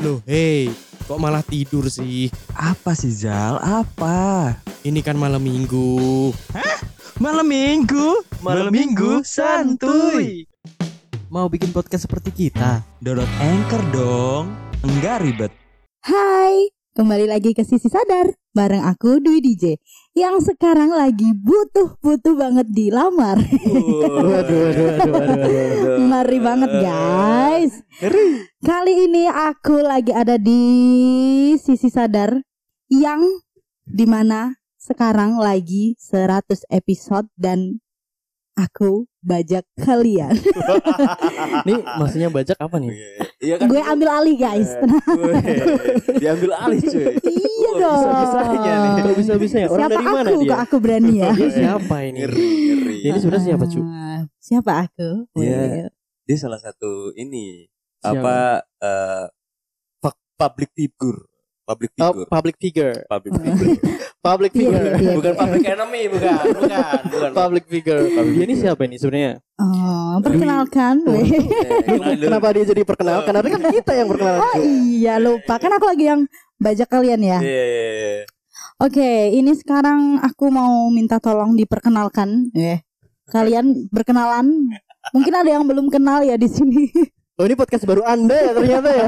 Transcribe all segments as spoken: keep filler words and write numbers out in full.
Loh, hei, kok malah tidur sih? Apa sih Zal? Apa? Ini kan malam minggu. Hah? Malam minggu? Malam minggu santuy. Mau bikin podcast seperti kita? Download Anchor dong. Enggak ribet. Hai, kembali lagi ke Sisi Sadar bareng aku Dwi D J yang sekarang lagi butuh-butuh banget dilamar. Waduh, waduh, waduh, waduh, waduh. Ngeri banget guys. Kali ini aku lagi ada di Sisi Sadar yang dimana sekarang lagi seratus episode dan aku bajak kalian. Nih maksudnya bajak apa nih? Iya kan? Gue ambil alih guys. Diambil alih cuy. Iya Oh, dong. bisa-bisanya nih. Kalau bisa-bisanya orang Siapa dari mana aku? dia? Kok aku berani ya? Dia siapa ini? Ngeri, ngeri. Ini sebenarnya siapa, Cu? Ah, Siapa aku? Iya. Well, Dia salah satu ini Siapa? apa eh, pu- public figure, public Oh, figure, public figure. public figure. Public Iya, figure. iya, iya. Bukan public enemy, bukan, bukan, bukan. Public figure. Dia ini siapa ini sebenarnya? Oh, perkenalkan. weh. Eh, Kenapa dia jadi perkenalkan? Karena kan kita yang perkenalan. Oh iya lupa kan aku lagi yang bajak kalian ya. Iya, iya, iya. Oke, ini sekarang aku mau minta tolong diperkenalkan. Eh, kalian berkenalan. Mungkin ada yang belum kenal ya di sini. Oh, ini podcast baru Anda ya ternyata ya.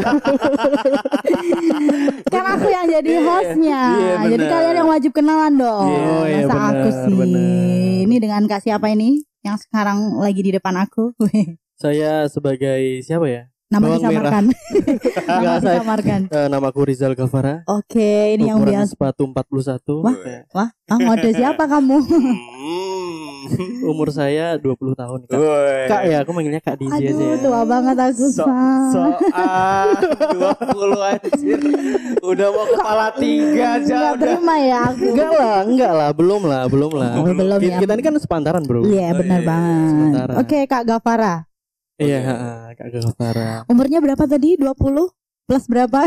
Kan aku yang jadi Iya, hostnya. iya, Jadi benar. kalian yang wajib kenalan dong. Iya, oh, iya, Masa benar, aku sih. benar. Ini dengan Kak siapa ini? Yang sekarang lagi di depan aku. Saya sebagai siapa ya? Nama Bawang disamarkan. Nama Enggak, saya- disamarkan. Eh, namaku Rizal Gavara. Oke, ini yang Ukuran biasa. sepatu empat puluh satu. Wah. Wah, ah, mode siapa kamu? Hmm. Umur saya dua puluh tahun, Kak. Woi. Kak ya, aku manggilnya Kak D J aja Aduh, ya. tua banget aku, So, Sa. so ah, dua puluh anjir. Udah mau kepala tiga aja Nggak udah. terima ya aku. Enggak lah, enggak lah, belum lah, belum lah. Oh, belum kita, ya. kita ini kan sepantaran, Bro. Iya, Oh, benar iya, banget. sementara. Oke, Kak Gavara. Iya, Oke. heeh, Kak Gavara. Umurnya berapa tadi? dua puluh plus berapa?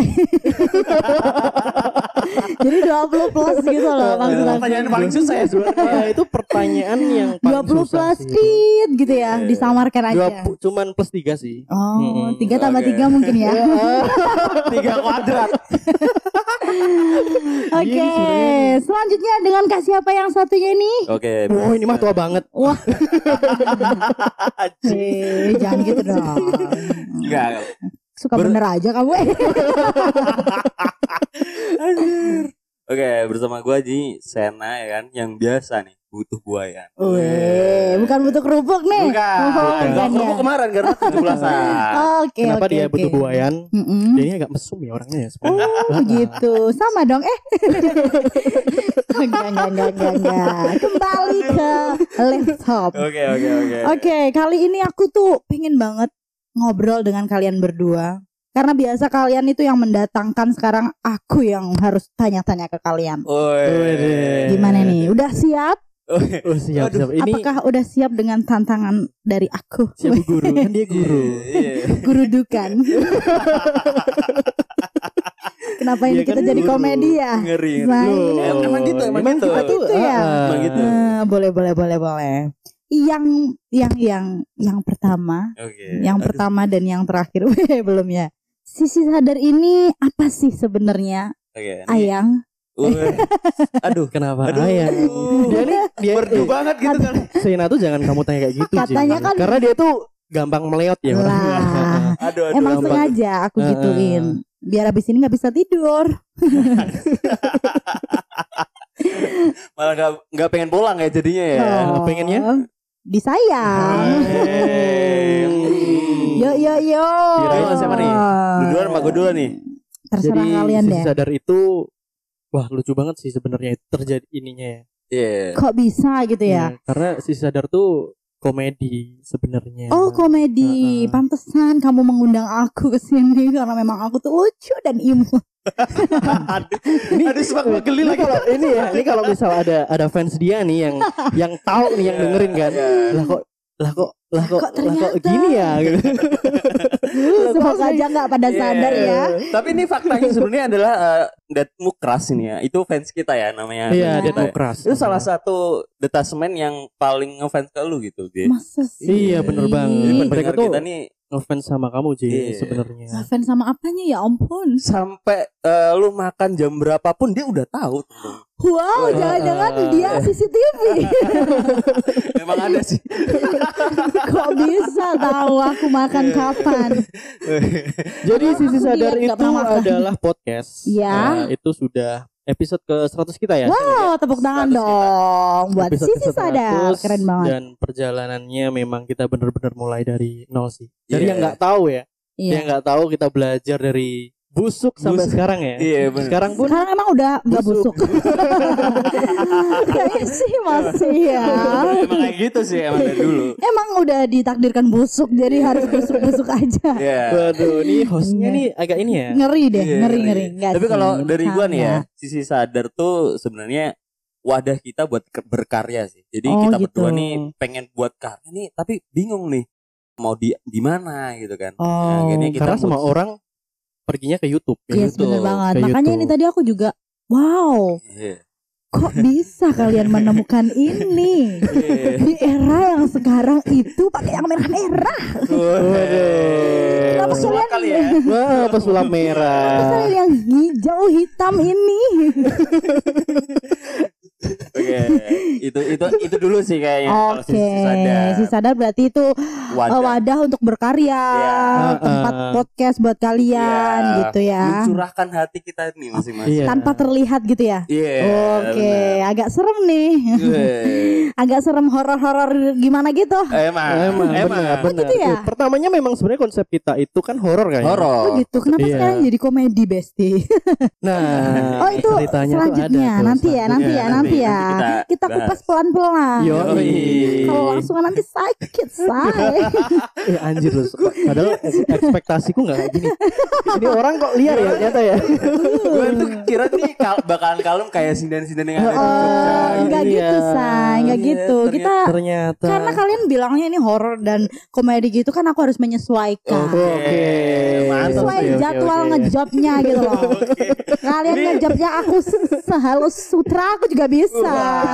Jadi dua puluh plus gitu loh maksud aku. Pertanyaan paling susah ya sebenarnya. Ya, itu pertanyaan yang paling dua puluh susah plus sih. tit gitu ya, disamarkan Dua, aja. pu- cuman plus tiga sih. Oh, Mm-mm. tiga tambah Oke. tiga mungkin ya. Tiga kuadrat. Oke, Iya, sebenarnya. selanjutnya dengan Kak siapa yang satunya ini? Oke. Oh, ini mah tua banget. Wah, eh, jangan gitu dong. Enggak. Suka Ber- bener aja kamu. eh. Oke, bersama gua Ji Sena ya kan, yang biasa nih butuh buayan. Weh, bukan butuh kerupuk nih. Bukan. Oh, Bukan. bukan Aku ya. kemarin karena tujuh belasan. Oke, Kenapa oke, dia oke. butuh buayan? Mm-mm. Dia ini agak mesum ya orangnya ya. sebenarnya. Oh gitu, sama dong. Eh, enggak, enggak, enggak, enggak, enggak. Kembali ke laptop. Oke, oke, oke. Oke, kali ini aku tuh pengen banget ngobrol dengan kalian berdua. Karena biasa kalian itu yang mendatangkan, sekarang aku yang harus tanya-tanya ke kalian. Woi. Gimana nih? Udah siap? Oh, siap, Aduh. siap. Ini Apakah udah siap dengan tantangan dari aku? siapa guru? Kan dia guru. Iya. Guru dukan. Kenapa ini Iya kan kita jadi guru. komedi ya? Ngeri. Nah, ngeri. ini- Em- Emang gitu, emang Emang gitu. kita tuh Gitu ya? ah, Emang gitu. Eh, boleh boleh boleh boleh. Yang yang yang yang pertama, Oke. yang Aduh. pertama dan yang terakhir. Weh, belum ya. Sisi sadar ini apa sih sebenarnya, Oke. ini- Ayang? Woi. Aduh. Kenapa? Aduh. Ayang. Dia nih dia Merdu eh, banget gitu kan. Sena tuh jangan kamu tanya kayak gitu, Katanya Jin. kan- Karena dia tuh gampang meleot ya orangnya. Lah, Aduh, aduh. emang gampang. sengaja aku Eh, gituin. Biar abis ini nggak bisa tidur. Malah nggak nggak pengen pulang ya jadinya ya. Oh, pengennya? disayang. Eh, Yo yo yo. Kirain siapa nih? Lu duluan sama gue duluan nih. Terserah Jadi kalian sisi deh. sadar itu wah lucu banget sih sebenarnya itu terjadi ininya ya. Iya. Kok bisa gitu ya? Ya, karena sisi sadar tuh komedi sebenarnya. Oh komedi, Heeh. pantesan kamu mengundang aku ke sini karena memang aku tuh lucu dan imut. Aduh, aduh semak geli Ini lagi. kalau ini ya, ini kalau misal ada ada fans dia nih yang yang tahu nih yang dengerin kan. Lah kok lah kok lah kok Kok lah kok ternyata? gini ya gitu. Semoga aja nggak pada Iya. sadar ya. Tapi ini faktanya sebenarnya adalah uh, Dead Mukras ini ya. Itu fans kita ya namanya. Iya, Fans dia kita ya. tuh keras. Itu salah satu detasemen yang paling ngefans ke lu gitu, Ge. Masa sih? Iya, bener banget. Jadi Mereka pendengar tuh kita nih ngefans sama kamu Ji Iya. sebenarnya. Ngefans sama apanya ya ampun. Sampai eh, lu makan jam berapapun dia udah tahu. Wow, Wah. jangan-jangan dia C C T V. Memang ada sih. Kok bisa tahu aku makan kapan? Jadi Sisi Aku Sadar diet, nggak itu pernah makan. adalah podcast. Ya. Nah, itu sudah episode ke seratus kita ya. Wow, tepuk tangan seratus kita. dong buat Episode Sisi ke Sadar. seratus, Keren banget. Dan perjalanannya memang kita benar-benar mulai dari nol sih. Dari Iya. yang nggak tahu ya. Iya. Yang nggak tahu kita belajar dari busuk sampai Busuk. sekarang ya. Iya, bener. Sekarang pun Sekarang emang udah nggak busuk. Kayaknya sih masih ya. Emang kayak gitu sih emang dari dulu. Emang udah ditakdirkan busuk, jadi harus busuk-busuk aja. Iya. waduh, nih hostnya Iya. nih agak ini ya. Ngeri deh, Iya, ngeri iya. ngeri. Nggak Tapi sih, kalau dari gua nih ya, bercanda. Sisi Sadar tuh sebenarnya wadah kita buat ke- berkarya sih. Jadi Oh, kita gitu. berdua nih pengen buat karya nih, tapi bingung nih mau di di mana gitu kan. Oh, Nah, akhirnya kita Karena semua mut- orang perginya ke YouTube. Ke Yes, YouTube. bener banget. Ke Makanya ini YouTube. tadi aku juga, wow, Iya. kok bisa kalian menemukan ini Iya. di era yang sekarang itu pakai yang merah-merah. Waduh. Kenapa Pesulap kalian- kali ya. Wah, pesulap Terus merah. kalian yang hijau hitam ini. Oke, itu itu itu dulu sih kayaknya kalau Oke, Sisi Sadar. si sadar berarti itu Wadah. uh, wadah untuk berkarya, Iya. tempat Uh-uh. podcast buat kalian Iya. gitu ya. Mencurahkan hati kita nih masing-masing. Iya. Tanpa terlihat gitu ya. Iya. Oke, agak serem nih. bener. Agak serem horor-horor gimana gitu. Emang, Emang, benar, benar. gitu ya? Pertamanya memang sebenarnya konsep kita itu kan horor kan. ya? Oh Horor. gitu. Kenapa Iya. sekarang jadi komedi, Besti? Nah, Oh itu ceritanya tuh selanjutnya ada tuh, nanti ya, nanti ya, Selanjutnya, nanti nanti- ya. nanti kita Kita bahas. kupas pelan-pelan. Yoi. Kalau langsung nanti sakit, say. Eh anjir lu. Padahal ekspektasiku nggak kayak gini. Ini orang kok liar ya ternyata ya. Gue tuh kira nih kal- bakalan kalem kayak sinden-sinden yang ada di Jogja. Oh, enggak Iya. gitu, say. Enggak Iya, gitu. Kita Ternyata. karena kalian bilangnya ini horor dan komedi gitu kan aku harus menyesuaikan. Oke. Mantap Sesuai Oke, oke, jadwal oke. ngejobnya gitu loh. Kalian ngejobnya aku se- sehalus sutra aku juga bisa.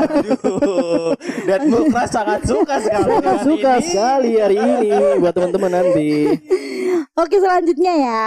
Aduh, dan Mukras sangat suka sekali. Sangat dengan suka ini. sekali hari ini buat teman-teman nanti. Oke, selanjutnya ya.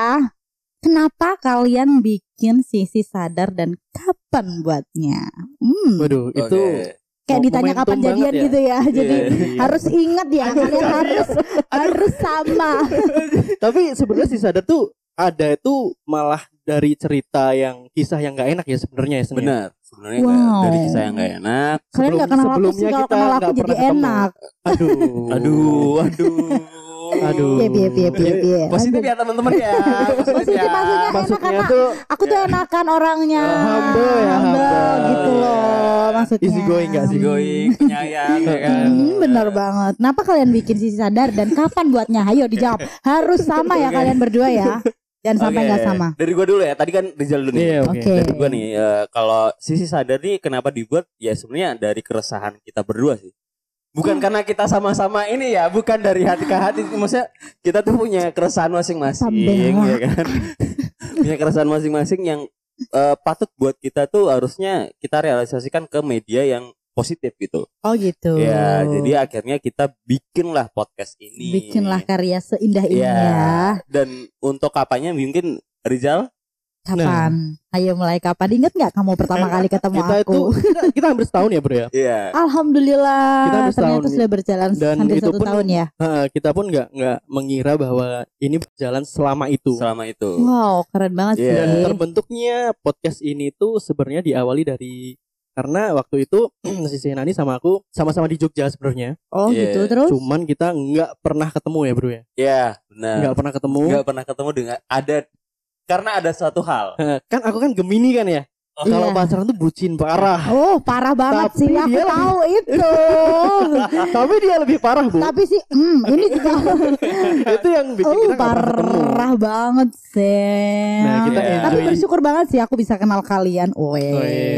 Kenapa kalian bikin Sisi Sadar dan kapan buatnya? Hmm. Waduh, Oke. itu Kayak Mo- ditanya momentum kapan banget jadian ya. gitu ya. Jadi Iya. harus ingat ya, kalian harus harus sama. Tapi sebenarnya si Sadar tuh ada itu malah dari cerita yang kisah yang nggak enak ya sebenarnya ya Sen, ya? Benar. Sebenarnya Wow. nggak- dari kisah yang gak enak. Kalian Sebelum- nggak kenal aku sih, sebelumnya kalau kita kenal aku nggak jadi pernah ketemu. enak. Aduh. Aduh, aduh. Aduh. Piye piye piye piye piye. Positif ya teman-teman ya. Positif ya. maksudnya enak Maksudnya karena tuh aku tuh enakan orangnya. Uh, humble ya, humble. gitu loh maksudnya. easy going gak Si sih? going, penyayang ya kan. Hmm, bener banget. Kenapa kalian bikin Sisi Sadar dan kapan buatnya? Ayo dijawab. Harus sama ya Oke. kalian berdua ya. Dan sampai Oke, nggak sama. Dari gua dulu ya. Tadi kan Rizal dulu nih. Iya, oke. Oke. Dari gua nih, eh, kalau Sisi Sadar nih kenapa dibuat? Ya sebenarnya dari keresahan kita berdua sih. Bukan karena kita sama-sama ini ya, bukan dari hati ke hati. Maksudnya kita tuh punya keresahan masing-masing, Sabela. ya kan? Punya keresahan masing-masing yang eh, patut buat kita tuh harusnya kita realisasikan ke media yang positif gitu. Oh gitu. Ya, jadi akhirnya kita bikinlah podcast ini. bikinlah karya seindah ini Iya. ya. Dan untuk kapannya mungkin Rizal? Kapan? Ayo mulai kapan? Ingat nggak kamu pertama kali ketemu Kita itu aku? kita, kita hampir setahun ya bro ya. Iya. Alhamdulillah. Kita hampir Ternyata setahun sudah berjalan Dan hampir itu satu pun- tahun ya. Nah, kita pun nggak nggak mengira bahwa ini berjalan selama itu. Selama itu. Wow, keren banget Iya. Dan sih. terbentuknya podcast ini tuh sebenarnya diawali dari karena waktu itu si Senani sama aku sama-sama di Jogja sebenarnya. Oh Iya. gitu terus. Cuman kita nggak pernah ketemu ya bro ya. Iya, benar. Nggak pernah ketemu. Nggak pernah ketemu dengan ada karena ada satu hal. Kan aku kan Gemini kan ya. Oh, Kalau iya. pacaran tuh bucin parah. Oh parah banget Tapi sih. Aku dia lebih- tahu itu. Tapi dia lebih parah bu. Tapi sih, hmm, ini juga. Itu yang bikin Oh kita nggak pernah ketemu. parah banget sih. Nah, kita Iya. Tapi enjoy. bersyukur banget sih aku bisa kenal kalian. Weh.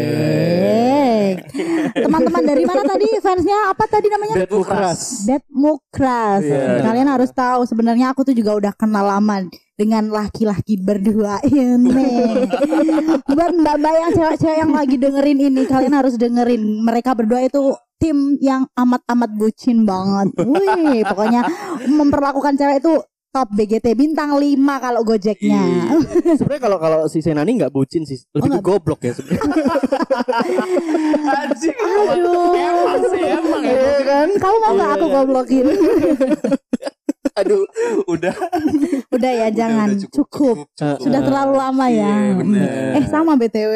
Weh. Teman-teman dari mana tadi fansnya? Apa tadi namanya? Dead Mukras. Dead Mukras. Iya. Kalian harus tahu sebenarnya aku tuh juga udah kenal lama dengan laki-laki berdua ini. Buat mbak-mbak yang cewek-cewek yang lagi dengerin ini, kalian harus dengerin. Mereka berdua itu tim yang amat-amat bucin banget. Wih, pokoknya memperlakukan cewek itu top B G T bintang lima kalau Gojeknya. Sebenarnya kalau kalau si Senani nggak bucin sih, lebih Oh, ke goblok ya sebenarnya. Anjing. Aduh. Emang sih emang ya. Iya kan? Kamu mau nggak aku goblokin? Aduh, udah. Udah ya, jangan. udah cukup. cukup. Sudah terlalu lama ya. Iya, bener. Eh sama B T W.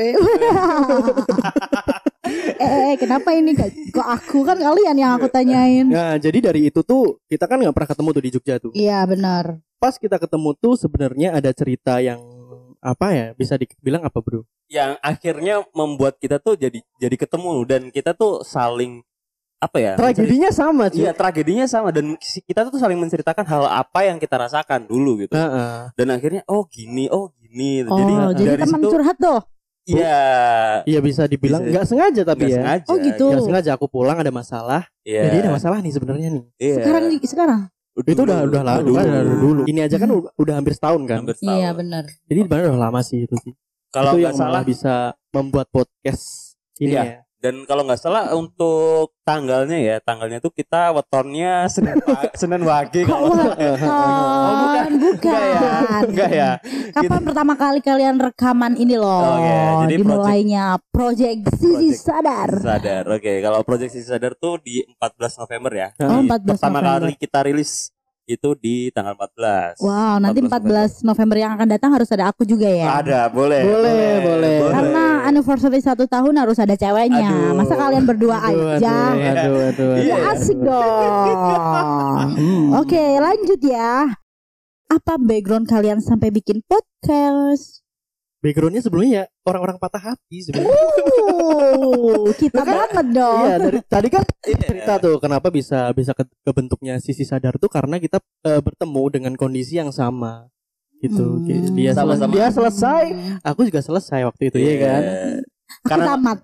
eh, eh kenapa ini kok kok aku kan kalian yang aku tanyain? Nah, jadi dari itu tuh kita kan nggak pernah ketemu tuh di Jogja tuh. Iya benar. Pas kita ketemu tuh sebenarnya ada cerita yang apa ya? Bisa dibilang apa, Bro? Yang akhirnya membuat kita tuh jadi jadi ketemu dan kita tuh saling apa ya? Tragedinya sama, cuy. Iya, tragedinya sama dan si- kita tuh saling menceritakan hal apa yang kita rasakan dulu gitu. Heeh. Dan akhirnya oh gini, oh gini. Oh, jadi jadi, dari teman situ curhat tuh. iya. Iya bisa dibilang Bisa. nggak sengaja tapi Nggak ya. sengaja. Oh, gitu. Nggak sengaja aku pulang ada masalah. Iya. Jadi ada masalah nih sebenarnya nih. Iya. Sekarang sekarang. Itu udah udah lama dulu. kan, udah dulu. Ini aja kan udah, udah hampir setahun kan. Hampir setahun. Iya benar. Jadi sebenarnya udah lama sih itu sih. Kalau itu nggak yang salah malah bisa membuat podcast ini Iya. ya. dan kalau nggak salah untuk tanggalnya ya, tanggalnya tuh kita wetonnya Senin pa- Senin Wage kalau Oh, bukan. bukan. enggak ya. Kapan pertama kali kalian rekaman ini loh? Oh, iya. Jadi dimulainya Project Sisi Project Sadar. Sadar. Oke, kalau Project Sisi Sadar tuh di empat belas November ya. Oh, Di- empat belas Pertama November. kali kita rilis itu di tanggal empat belas. Wow, nanti empat belas November yang akan datang harus ada aku juga ya. Ada, boleh. Boleh, boleh. Karena anniversary satu tahun harus ada ceweknya. Aduh. Masa kalian berdua Aduh, aja? aduh, aduh, aduh, Ya aduh. asik dong. Hmm. Oke, lanjut ya. Apa background kalian sampai bikin podcast? Backgroundnya sebelumnya ya orang-orang patah hati sebenarnya. Uh, kita banget dong. Iya, dari tadi kan cerita tuh kenapa bisa bisa ke, kebentuknya Sisi Sadar tuh karena kita eh, bertemu dengan kondisi yang sama gitu. Hmm. Dia sel- Sama-sama. dia selesai, aku juga selesai waktu itu ya kan. Aku Karena- tamat.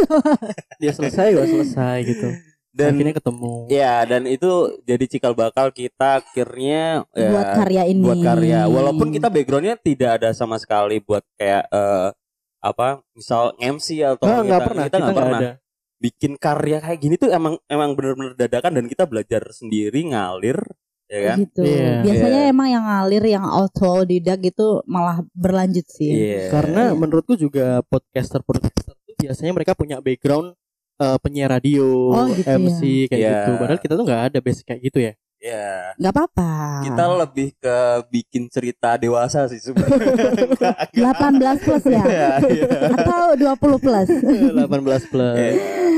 Dia selesai, gue selesai gitu. Dan Akhirnya ketemu. ya, dan itu jadi cikal bakal kita akhirnya ya, Buat karya ini. buat karya. Walaupun kita backgroundnya tidak ada sama sekali buat kayak eh, apa, misal M C atau Ah, kita nggak pernah, kita nggak nggak pernah ada. bikin karya kayak gini tuh emang emang bener-bener dadakan dan kita belajar sendiri ngalir ya kan. Gitu. Iya. Biasanya Iya. emang yang ngalir, yang autodidak gitu malah berlanjut sih. Iya. Karena Iya. menurutku juga podcaster-podcaster tuh biasanya mereka punya background eh, penyiar radio, Oh, gitu M C kayak ya. gitu. Padahal kita tuh nggak ada basic kayak gitu ya. ya Gak apa-apa. kita lebih ke bikin cerita dewasa sih sebenarnya. delapan belas plus ya? Iya, iya. Atau dua puluh plus? delapan belas plus. Iya.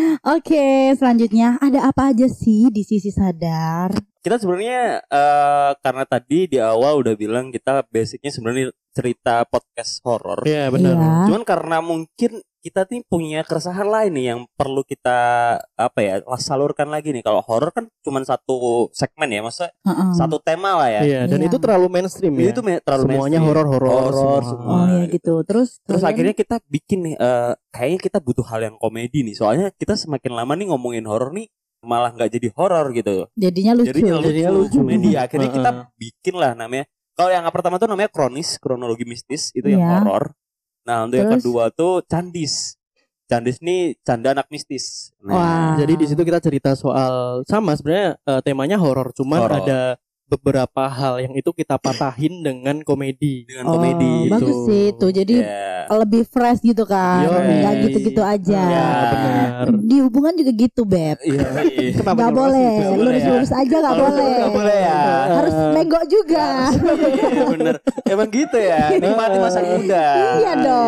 Oke, selanjutnya ada apa aja sih di Sisi Sadar? Kita sebenarnya eh, karena tadi di awal udah bilang kita basicnya sebenarnya cerita podcast horor. Iya, benar. Iya. Cuman karena mungkin kita nih punya keresahan lain nih yang perlu kita apa ya salurkan llagi nih. Kalau horor kan cuman satu segmen ya, masa Heeh. satu tema lah ya. Iya, dan Iya. itu terlalu mainstream ya. Itu me- terlalu Semuanya mainstream. horor-horor Horor semua. semua. Oh ya gitu. Terus Terus kalian- akhirnya kita bikin nih eh, kayaknya kita butuh hal yang komedi nih. Soalnya kita semakin lama nih ngomongin horor nih malah nggak jadi horor gitu. jadinya lucu. Jadinya lucu, Jadinya lucu. komedi. Akhirnya kita Heeh. bikin lah namanya. Kalau yang pertama tuh namanya kronis, kronologi mistis, itu yang Iya. horor. Nah, untuk yang Terus? kedua tuh candis. Candis nih canda anak mistis. Nah, Wah. Jadi di situ kita cerita soal sama sebenarnya eh, temanya horor, cuman Horor. ada beberapa hal yang itu kita patahin dengan komedi. dengan Oh, komedi. bagus Gitu. sih itu. Jadi Ya. lebih fresh gitu kan. Yoi. Nggak gitu-gitu aja. Ya, benar. Di hubungan juga gitu, Beb. Iya. iya. Kenapa Gak nyorosin? boleh, Nggak boleh lurus-lurus aja gak Kalau boleh. nggak boleh ya. Harus menggok juga. Iya, bener. Emang gitu ya. Nikmati masa muda. Iya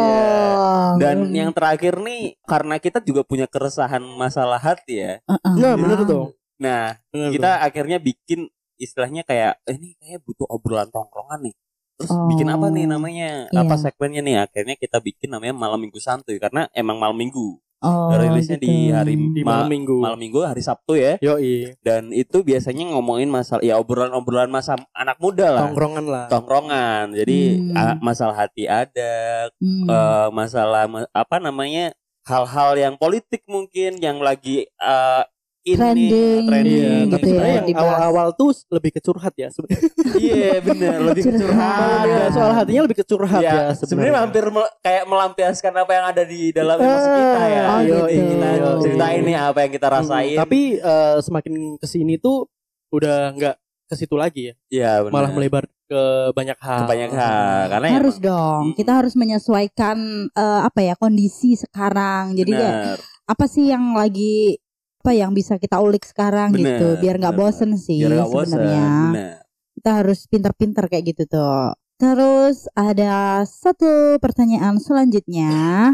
dong. Dan yang terakhir nih karena kita juga punya keresahan masalah hati ya. Uh-uh. Nah, bener tuh. Nah, Bener kita akhirnya bikin istilahnya kayak eh, ini kayak butuh obrolan tongkrongan nih. Terus Oh. bikin apa nih namanya? Iya. Apa segmennya nih? Akhirnya kita bikin namanya Malam Minggu Santuy karena emang malam Minggu. Oh, Rilisnya gitu. di hari Di ma- malam minggu. malam Minggu hari Sabtu ya. Yoi, Dan itu biasanya ngomongin masalah ya obrolan-obrolan masa anak muda lah. tongkrongan lah. Tongkrongan. Jadi Hmm. a- masalah hati ada, Hmm. eh, masalah ma- apa namanya? Hal-hal yang politik mungkin yang lagi eh, ini Trending. trending. Iya, gitu tapi ya, sebenarnya yang dibahas. awal-awal tuh lebih ke curhat ya sebenarnya. Iya benar, lebih Curhat. curhat. Iya, soal hatinya lebih ke curhat Ya, ya, sebenarnya hampir mel- kayak melampiaskan apa yang ada di dalam emosi kita ya. Oh, Yoi, gitu. Kita Yoi. ceritain nih apa yang kita rasain. Hmm, tapi eh, semakin kesini tuh udah nggak ke situ lagi ya, ya, benar. malah melebar ke banyak hal. Ke banyak hal karena Harus emang- dong. Mm-mm. Kita harus menyesuaikan eh, apa ya kondisi sekarang. Jadi kayak Bener. apa sih yang lagi apa yang bisa kita ulik sekarang Bener, gitu biar nggak bener. bosen sih Biar nggak bosan. sebenarnya. Bener. Kita harus pinter-pinter kayak gitu tuh. Terus ada satu pertanyaan selanjutnya.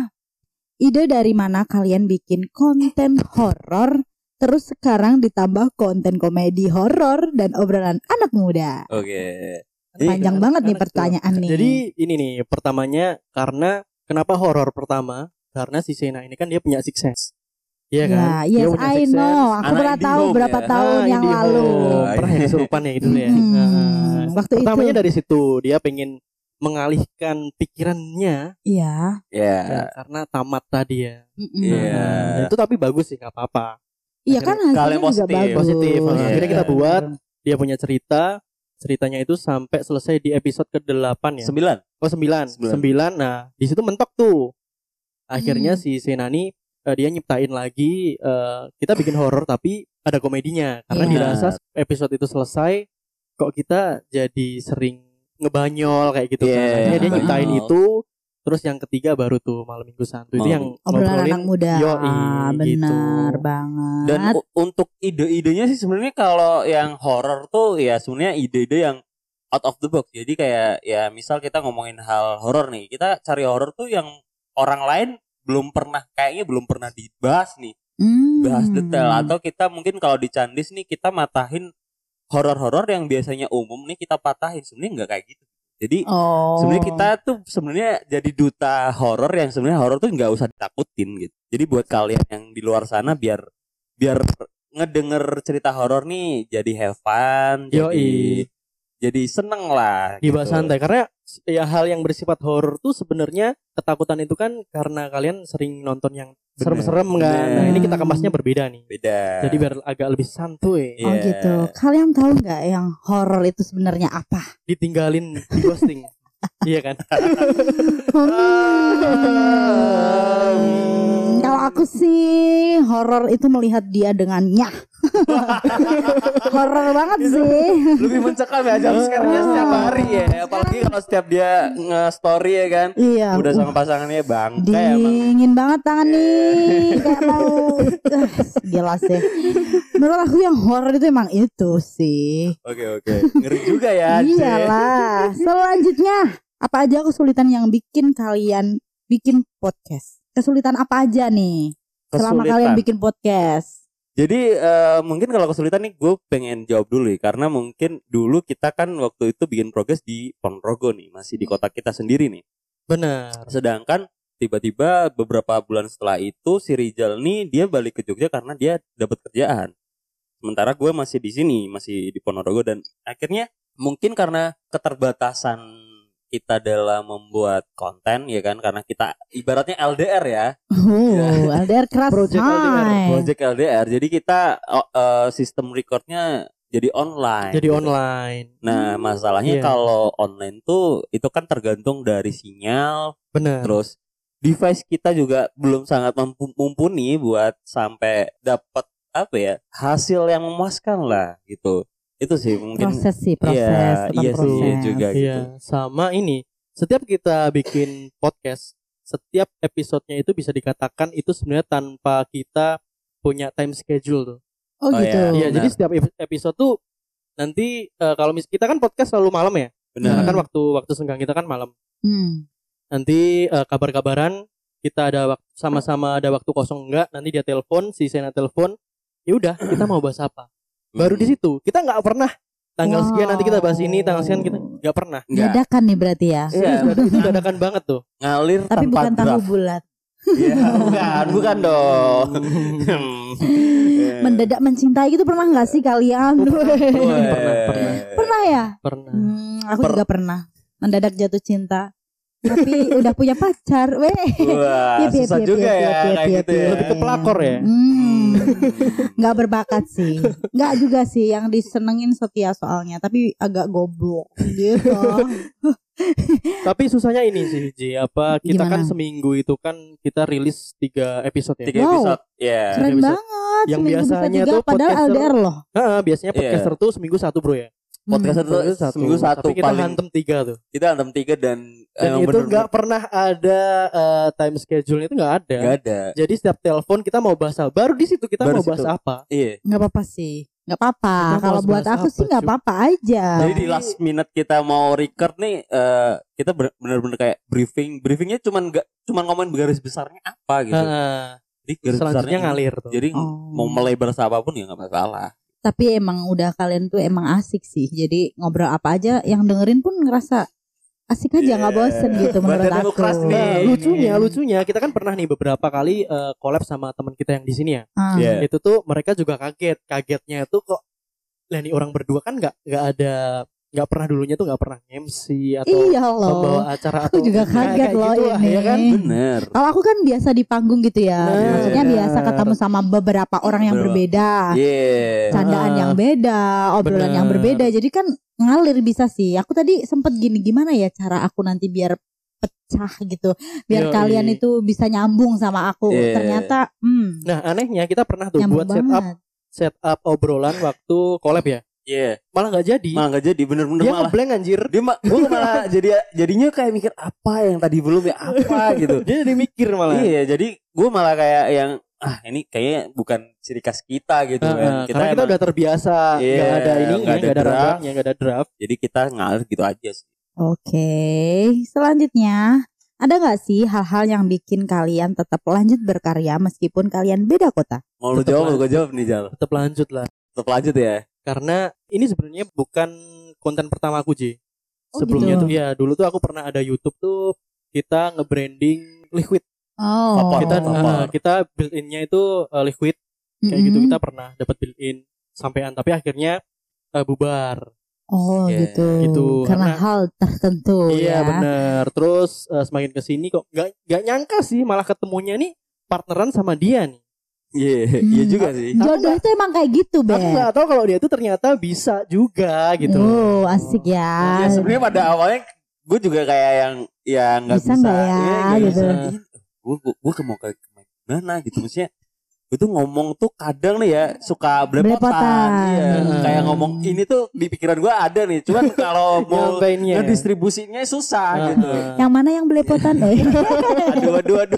Ide dari mana kalian bikin konten horor terus sekarang ditambah konten komedi horor dan obrolan anak muda? Oke. Panjang banget nih Anak tuh. pertanyaan nih. Jadi ini nih pertamanya karena kenapa horor pertama? Karena si Sena ini kan dia punya sukses. Iya kan? ya, Dia yes punya I sukses. know. Aku Anak pernah tahu IndiHome berapa ya. tahun Ah, yang IndiHome. lalu. Pernah yang kesurupan ya gitu ya. Hmm, Nah, waktu pertamanya itu. dari situ dia pengen mengalihkan pikirannya Iya. Ya. ya, karena tamat tadi ya. Mm-mm. Iya. Nah, itu tapi bagus sih nggak apa-apa. Iya kan hasilnya Kalian juga positif. bagus. Positif. Iya. Akhirnya kita buat, dia punya cerita, ceritanya itu sampai selesai di episode kedelapan ya. Sembilan. Oh sembilan, Sembilan. sembilan. Nah di situ mentok tuh. Akhirnya Hmm. si Senani eh, dia nyiptain lagi. eh, kita bikin horor tapi ada komedinya. Karena Iya. dirasa episode itu selesai, kok kita jadi sering ngebanyol kayak gitu Iya, kan. Akhirnya dia nyiptain ngebanyol. itu. Terus yang ketiga baru tuh malam minggu santuy itu Malam yang Obrolan ngobrolin anak muda. yoi, gitu. Benar banget. Dan u- untuk ide-idenya sih sebenarnya kalau yang horor tuh ya sebenarnya ide-ide yang out of the box. Jadi kayak ya misal kita ngomongin hal horor nih, kita cari horor tuh yang orang lain belum pernah kayaknya belum pernah dibahas nih, Hmm. bahas detail atau kita mungkin kalau di Candis nih kita matahin horor-horor yang biasanya umum nih kita patahin. Sebenarnya nggak kayak gitu. Jadi Oh. sebenarnya kita tuh sebenarnya jadi duta horor yang sebenarnya horor tuh nggak usah ditakutin gitu. Jadi buat kalian yang di luar sana biar biar ngedenger cerita horor nih jadi have fun, jadi Yoi. jadi seneng lah. Dibawa gitu. santai karena ya hal yang bersifat horor tuh sebenarnya ketakutan itu kan karena kalian sering nonton yang Bener, serem-serem kan. bener. Nah, ini kita kemasnya berbeda nih. Beda. Jadi biar agak lebih santuy. Oh Iya. gitu. Kalian tahu nggak yang horor itu sebenarnya apa? Ditinggalin di ghosting. Iya kan? Hmm, kalau aku sih horor itu melihat dia dengan nyah. Horor banget sih. Lebih mencekam ya jam sekarangnya setiap hari ya. Apalagi kalau setiap dia nge-story ya kan. Iya. Udah sama pasangannya bang. Kayak emang. Dingin banget tangan nih. Kayak mau uh, gila sih. Menurut aku yang horor itu emang itu sih. Oke oke. Ngeri juga ya. Aceh. Iyalah. Selanjutnya, apa aja kesulitan yang bikin kalian bikin podcast? Kesulitan apa aja nih selama Kesulitan. kalian bikin podcast? Jadi eh, mungkin kalau kesulitan nih gue pengen jawab dulu ya. Karena mungkin dulu kita kan waktu itu bikin progres di Ponorogo nih. Masih di kota kita sendiri nih. Benar. Sedangkan tiba-tiba beberapa bulan setelah itu si Rizal nih dia balik ke Jogja karena dia dapat kerjaan. Sementara gue masih di sini, masih di Ponorogo. Dan akhirnya mungkin karena keterbatasan kita dalam membuat konten ya kan. Karena kita ibaratnya L D R ya. Oh, L D R keras. Project L D R, hai. Project L D R. Jadi kita oh, eh, sistem recordnya jadi online. Jadi gitu. online. Nah, masalahnya Iya. kalau online tuh itu kan tergantung dari sinyal, Benar. terus device kita juga belum sangat mampu- mumpuni buat sampai dapat apa ya hasil yang memuaskan lah gitu. Itu sih mungkin. Proses sih, proses. Iya, tetap iya sih, proses. iya juga. Iya, sama ini. Setiap kita bikin podcast, setiap episodenya itu bisa dikatakan itu sebenarnya tanpa kita punya time schedule tuh. Oh, Oh, gitu. iya. Iya, Benar. jadi setiap ep- episode tuh nanti eh, kalau mis kita kan podcast selalu malam ya. Benar. Karena kan waktu waktu senggang kita kan malam. Hmm. Nanti eh, kabar-kabaran kita ada waktu sama-sama ada waktu kosong enggak, nanti dia telepon, si Sena telepon. Ya udah, kita mau bahas apa? Baru di situ. Kita nggak pernah tanggal sekian nanti kita bahas ini, tanggal sekian kita nggak pernah. Nggak. Dadakan nih berarti ya. Iya. Itu, itu dadakan banget tuh. Ngalir Tapi tanpa bukan tahu draft. bulat. Iya, bukan, bukan dong. Mendadak mencintai gitu pernah nggak sih kalian? Pernah, pernah. Pernah ya? Pernah. Hmm, aku Per- juga pernah mendadak jatuh cinta. Tapi udah punya pacar. Weh. Wah, Yep, yep, susah yep, juga yep, ya yep, kayak yep, gitu ya. yep. Lebih ke pelakor ya? Hmm. Nggak berbakat sih. Nggak juga sih yang disenengin setia soalnya, tapi agak goblok gitu. Tapi susahnya ini sih, Ji. Apa kita Gimana? kan seminggu itu kan kita rilis tiga episode ya. Tiga Wow. episode. Ya. Keren bisa. banget. Yang seminggu bisa biasanya tiga, tuh padahal podcaster- L D R loh. Heeh, biasanya Iya. podcaster tuh seminggu satu bro ya. Podcast itu Podcast seminggu satu tapi kita paling hantem tiga tuh. kita hantem tiga dan Dan emang itu bener-bener nggak pernah ada eh, time schedule itu nggak ada. nggak ada. Jadi setiap telepon kita mau bahas apa, baru di situ kita Baru mau bahas situ. apa. Iya. Nggak apa-apa sih. Nggak apa-apa. Kita mau Kalau buat bahas aku apa, sih nggak Cuk? apa-apa aja. Jadi di last minute kita mau record nih eh, kita bener- bener-bener kayak briefing. Briefingnya cuman nggak cuman ngomongin garis besarnya apa gitu. Heeh. Jadi garis Selanjutnya besarnya ngalir tuh. Jadi Oh. mau melebar apapun ya nggak masalah. Tapi emang udah kalian tuh emang asik sih. Jadi ngobrol apa aja yang dengerin pun ngerasa asik aja, nggak Yeah. bosen gitu menurut Badan aku. lu keras nih. Nah, Ini. lucunya, lucunya kita kan pernah nih beberapa kali eh, collab sama teman kita yang di sini ya. Ah. Iya. Itu tuh mereka juga kaget. Kagetnya itu kok lah nih orang berdua kan nggak nggak ada nggak pernah dulunya tuh nggak pernah M C atau Iya loh. membawa acara Aku atau juga kayak- kaget kayak loh gitu lah, ini. ya kan? Bener. Kalau aku kan biasa di panggung gitu ya. Nah, Maksudnya iya. biasa ketemu sama beberapa orang yang Beberapa. berbeda. Iya. Candaan Ah. yang beda, obrolan Bener. yang berbeda. Jadi kan ngalir bisa sih. Aku tadi sempet gini, gimana ya cara aku nanti biar pecah gitu. Biar Yoi. kalian itu bisa nyambung sama aku. Iya. Ternyata hmm, Nah anehnya kita pernah tuh nyambung buat setup banget. setup obrolan waktu collab ya, Iya. malah nggak jadi. Malah nggak jadi bener-bener Dia malah. ngeblank anjir. Dia ma- gue malah jadi jadinya kayak mikir apa yang tadi belum ya apa gitu. Dia jadi mikir malah. Iya, jadi gue malah kayak yang ah ini kayaknya bukan ciri khas kita gitu Nah, kan. karena kita emang- udah terbiasa, Iya, nggak ada ini, nggak ada nggak ada draft. rambangnya, nggak ada draft. jadi kita ngalir gitu aja sih. Oke, selanjutnya ada nggak sih hal-hal yang bikin kalian tetap lanjut berkarya meskipun kalian beda kota? Mau lu Tetep jawab, lanjut. gue jawab nih Jal. Tetap lanjut lah. Tetap lanjut ya. Karena ini sebenarnya bukan konten pertama aku J. Oh, Sebelumnya gitu. tuh ya dulu tuh aku pernah ada YouTube tuh kita nge-branding liquid. Oh, Vapor, kita vapor. eh, kita build-innya itu eh, liquid kayak gitu, Mm-mm. kita pernah dapat build-in sampean tapi akhirnya eh, bubar. Oh Iya, gitu. gitu. Karena Karena- hal tertentu iya ya. bener. Terus eh, semakin kesini kok nggak nggak nyangka sih malah ketemunya nih partneran sama dia nih. Iya, Hmm. iya juga sih. Jodoh itu emang kayak gitu, Be. Aku nggak tahu kalau dia tuh ternyata bisa juga gitu. Oh, asik ya. Ya sebenarnya pada awalnya gue juga kayak yang ya nggak Bisa bisa, nggak ya, iya, nggak gitu. bisa. Gue gue mau ke mana gitu maksudnya. Gue tuh ngomong tuh kadang nih ya suka belepotan, Belepotan. iya. Hmm. Kayak ngomong ini tuh di pikiran gue ada nih, cuman kalau mau Nyampeinnya. ngedistribusinya susah gitu. Heeh. Yang mana yang belepotan? Eh. Aduh aduh aduh.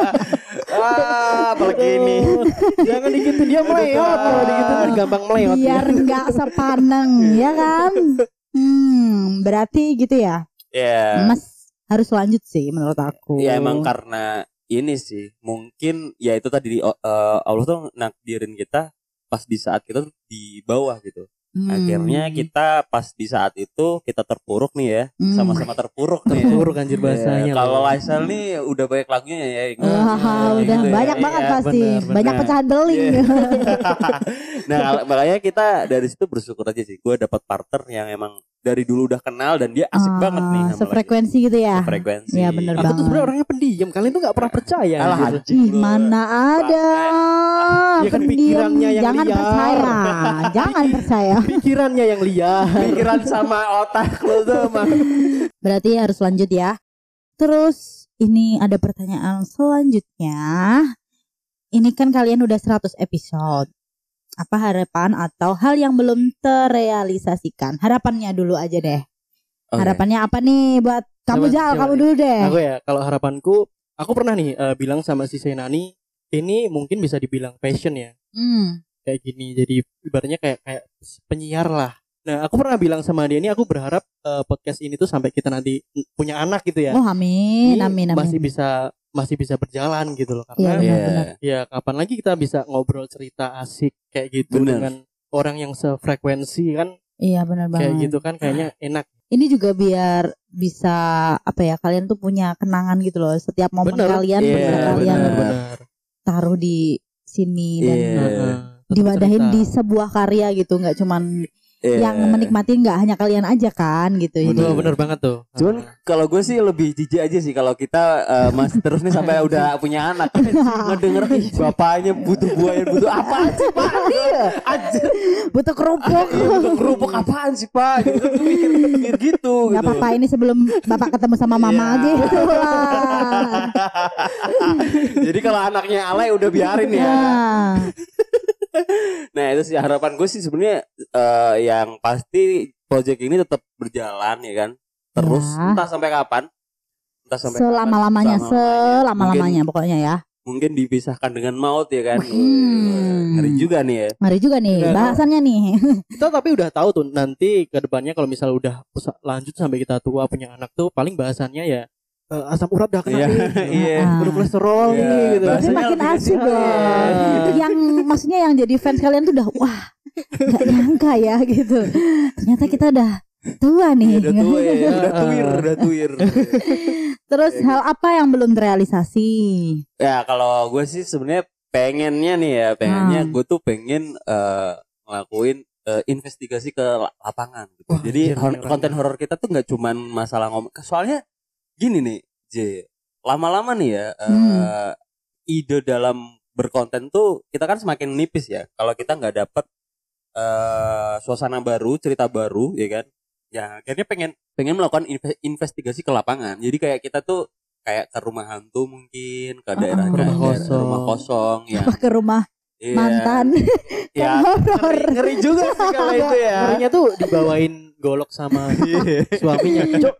ah, apalagi ini. Jangan digituin dia meleot, kalau digituin gampang meleot. Biar dia. nggak sepaneng, ya kan? Hmm, berarti gitu ya. Ya. Mas harus lanjut sih menurut aku. Ya emang karena ini sih mungkin ya itu tadi uh, Allah tuh nakdirin kita pas di saat kita tuh di bawah gitu. Hmm. Akhirnya kita pas di saat itu kita terpuruk nih ya, Hmm. sama-sama terpuruk nih. Terpuruk anjir bahasanya. Ya, kalau loh. Laisel nih udah banyak lagunya ya. Wah, Ya, udah gitu ya. banyak banget Iya, pasti. benar, benar. Banyak pecahan beling. Iya. Nah makanya kita dari situ bersyukur aja sih. Gue dapat partner yang emang dari dulu udah kenal dan dia asik Ah, banget nih. sama sefrekuensi gitu ya. lagi. Frekuensi. Iya, bener Aku tuh banget. sebenarnya orangnya pendiam. Kalian tuh nggak pernah percaya. Alah, anjir. anjing Ih, lu. mana ada. Ya kan Pendiam. pikirannya yang Jangan liar. percaya. Jangan percaya. Pikirannya yang liar. Pikiran sama otak lu tuh mah. Berarti harus lanjut ya. Terus ini ada pertanyaan selanjutnya. Ini kan kalian udah seratus episode. Apa harapan atau hal yang belum terrealisasikan? Harapannya dulu aja deh. Oke. Harapannya apa nih buat kamu Siapa- Jal, siapa kamu nih? dulu deh. Aku ya, kalau harapanku, aku pernah nih eh, bilang sama si Senani, ini mungkin bisa dibilang passion ya. Hmm. Kayak gini, jadi ibaratnya kayak kayak penyiar lah. Nah, aku pernah bilang sama dia ini, aku berharap eh, podcast ini tuh sampai kita nanti punya anak gitu ya. Oh, amin, Ini amin, amin. Masih bisa masih bisa berjalan gitu loh, Iya, karena benar, Iya. benar. ya kapan lagi kita bisa ngobrol cerita asik kayak gitu Bener. dengan orang yang sefrekuensi kan, Iya, benar banget. kayak gitu kan kayaknya enak. Ini juga biar bisa apa ya? Kalian tuh punya kenangan gitu loh. Setiap momen Bener. kalian Iya, bisa kalian bener. benar. taruh di sini dan Iya. Heeh. diwadahin Cerita. di sebuah karya gitu, nggak cuman Iya. yang menikmati nggak hanya kalian aja kan gitu. Jadi Betul, bener banget tuh. Cuman kalau gue sih lebih jijik aja sih kalau kita eh, masih terus nih sampai udah punya anak ngedenger ih, bapaknya butuh buaya butuh apaan sih pak dia anjir butuh kerupuk. iya, butuh kerupuk apaan sih pak gitu kan gue mikir, mikir gitu Nggak gitu. apa-apa, ini sebelum bapak ketemu sama mama Iya. gitu lah. Jadi kalau anaknya alay udah biarin ya. Nah, Nah itu sih harapan gue sih sebenarnya eh, yang pasti project ini tetap berjalan ya kan. Terus Ya. entah sampai kapan. Entah sampai Selama-lamanya, kapan, selama-lamanya Mungkin, pokoknya ya. mungkin dipisahkan dengan maut ya kan. Hmm. Ngeri juga nih ya. Mari juga nih Enggak, bahasannya nih. Kita tapi udah tahu tuh nanti ke depannya kalau misal udah usa- lanjut sampai kita tua punya anak tuh paling bahasannya ya eh, asam urat udah kena Iya, nih. iya. Ah. Udah kolesterol Iya, nih gitu. Tapi bahasanya makin lebih asik kecil. loh. Iya. Yang maksudnya yang jadi fans kalian tuh udah wah nggak nyangka ya gitu. Ternyata kita udah tua nih. Iya, udah tua ya, udah Ah. tuir, udah tuir. Terus hal apa yang belum terrealisasi? Ya kalau gue sih sebenarnya pengennya nih ya, pengennya Hmm. gue tuh pengen eh, ngelakuin eh, investigasi ke la- lapangan gitu. Wah, Jadi anjir, hor- keren. konten horor kita tuh nggak cuman masalah ngomong. Soalnya gini nih, J, lama-lama nih ya eh, Hmm. ide dalam berkonten tuh kita kan semakin nipis ya. Kalau kita nggak dapet eh, suasana baru, cerita baru, ya kan? Ya akhirnya pengen pengen melakukan inve- investigasi ke lapangan. Jadi kayak kita tuh kayak ke rumah hantu mungkin, ke daerah Rumah daerah- kosong. rumah kosong ya. Apa ke rumah Iya. mantan? Ya, Kan horor. ngeri, ngeri juga sih kalau itu ya. Ngerinya tuh dibawain golok sama suaminya. Cuk,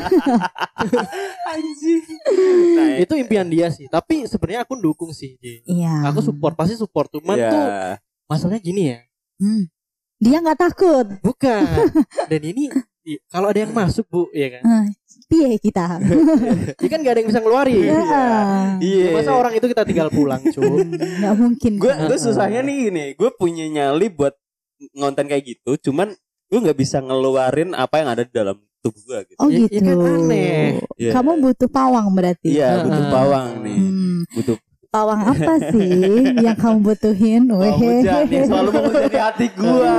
Anjing. Nah, itu impian dia sih. Tapi sebenarnya aku dukung sih. Ji. Iya. Aku support, pasti support. Cuman ya. tuh masalahnya gini ya. Hmm. Dia nggak takut. Bukan. Dan ini i- kalau ada yang masuk, Bu, ya kan? Ah, piye kita? Ya kan gak ada yang bisa ngeluarin. Iya. Iya. Masa orang itu kita tinggal pulang, cuy. Nggak mungkin. Gue gue susahnya nih gini, gue punya nyali buat ngonten kayak gitu, cuman gue nggak bisa ngeluarin apa yang ada di dalam tubuh gue gitu. Oh Ya- gitu. ya kan aneh. Iya. Kamu butuh pawang berarti. Iya, butuh Ah. bawang nih, Hmm, butuh pawang apa sih yang kamu butuhin? bawang hujan yang selalu menghujani hati gue.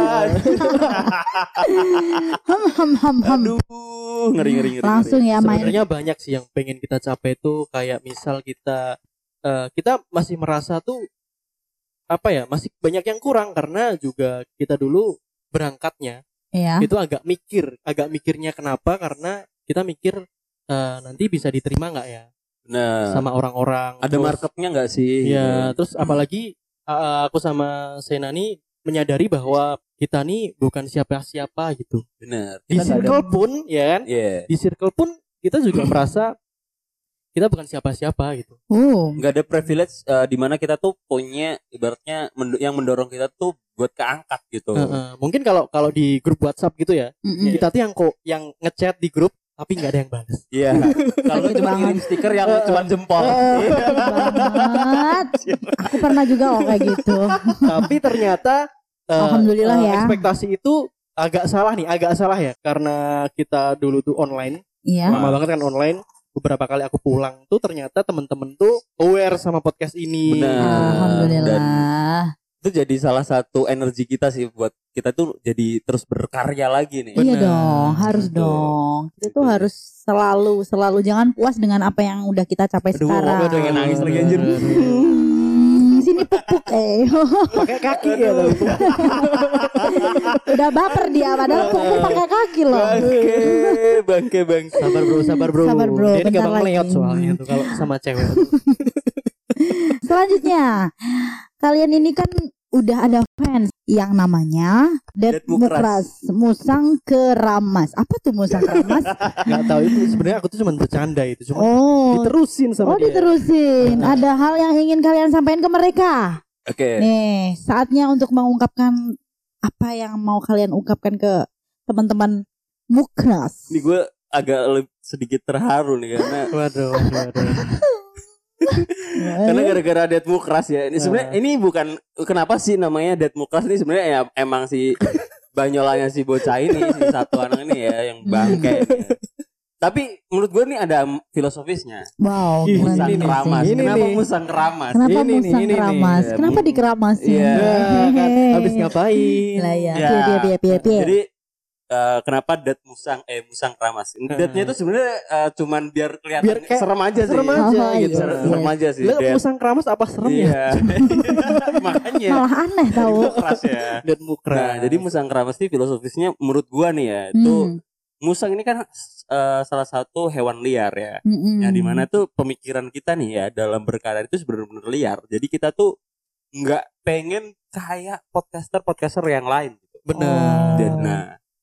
Ham ham ham ham. Aduh, ngeri ngeri ngeri. Langsung ya main. Sebenarnya banyak sih yang pengen kita capai itu kayak misal kita eh, kita masih merasa tuh apa ya, masih banyak yang kurang karena juga kita dulu berangkatnya Ya. itu agak mikir, agak mikirnya kenapa? Karena kita mikir eh, nanti bisa diterima nggak ya Nah, sama orang-orang. ada Terus- marketnya nggak sih? Ya, terus apalagi uh, aku sama Sena nih menyadari bahwa kita nih bukan siapa-siapa gitu. Bener. Di Kita nggak ada- circle pun, ya kan? Iya. Di circle pun kita juga merasa kita bukan siapa-siapa gitu. Oh. Nggak ada privilege eh, di mana kita tuh punya ibaratnya mendo- yang mendorong kita tuh buat keangkat gitu. Uh-uh. Mungkin kalau kalau di grup WhatsApp gitu ya, Mm-mm. kita tuh yang kok yang ngechat di grup tapi nggak ada yang balas. Iya. Kalau cuma Banget. kirim stiker yang cuma jempol. Banget. Aku pernah juga kok kayak gitu. Tapi ternyata uh, Alhamdulillah uh, ya. ekspektasi itu agak salah nih, agak salah ya karena kita dulu tuh online. Iya. Lama banget kan online. Beberapa kali aku pulang tuh ternyata temen-temen tuh aware sama podcast ini. Benar. Alhamdulillah. Itu jadi salah satu energi kita sih buat kita tuh jadi terus berkarya lagi nih. Iya Benar. dong, harus Betul. dong. Kita tuh Betul. harus selalu selalu jangan puas dengan apa yang udah kita capai Aduh, sekarang. aduh, pengen nangis lagi, anjir. Hmm, sini pupuk eh. Pakai kaki ya loh. Udah baper dia padahal pupuk pakai kaki loh. Bangke, bangke, bangke. Sabar bro, sabar bro. Sabar, bro, Dia ini bentar gampang lagi. meleot soalnya tuh kalau sama cewek. Selanjutnya, kalian ini kan udah ada fans yang namanya Dead Dead Mukras. Mukras Musang Keramas. Apa tuh Musang Keramas? Gak tahu itu sebenarnya aku tuh cuma bercanda itu, cuma Oh, diterusin sama oh dia. diterusin. Ada hal yang ingin kalian sampaikan ke mereka. Oke. Nih, saatnya untuk mengungkapkan apa yang mau kalian ungkapkan ke teman-teman Mukras. Ini gue agak le- sedikit terharu nih karena Waduh, waduh, waduh. karena gara-gara Dead Mukras ya. Ini sebenarnya ini bukan kenapa sih namanya Dead Mukras ini sebenarnya ya emang si banyolanya si bocah ini si satu anak ini ya yang bangke. Tapi menurut gue nih ada filosofisnya. Wow, Ih, keren Musang sih. keramas. Ini Kenapa nih. musang keramas? Kenapa Ini nih, musang ini nih. keramas? Ya, Kenapa mu- dikeramasin? Iya. Ya, kan, habis ngapain? Lah ya, Ya. piye piye piye piye piye. Jadi eh, kenapa Dead musang eh musang keramas? Deadnya itu sebenarnya eh, cuman biar kelihatan Biar kayak serem aja sih. serem aja Oh, gitu. iya. Serem, serem aja sih. Lah Dead. musang keramas apa serem ya? Iya. Makanya Malah aneh tahu. keras ya. Dan mukra. Nah, jadi musang keramas ini filosofisnya menurut gua nih ya, itu Hmm. musang ini kan eh, salah satu hewan liar ya. Mm-mm. Yang dimana tuh pemikiran kita nih ya dalam berkarya itu benar-benar liar. Jadi kita tuh nggak pengen kayak podcaster-podcaster yang lain gitu. Benar. Dan nah,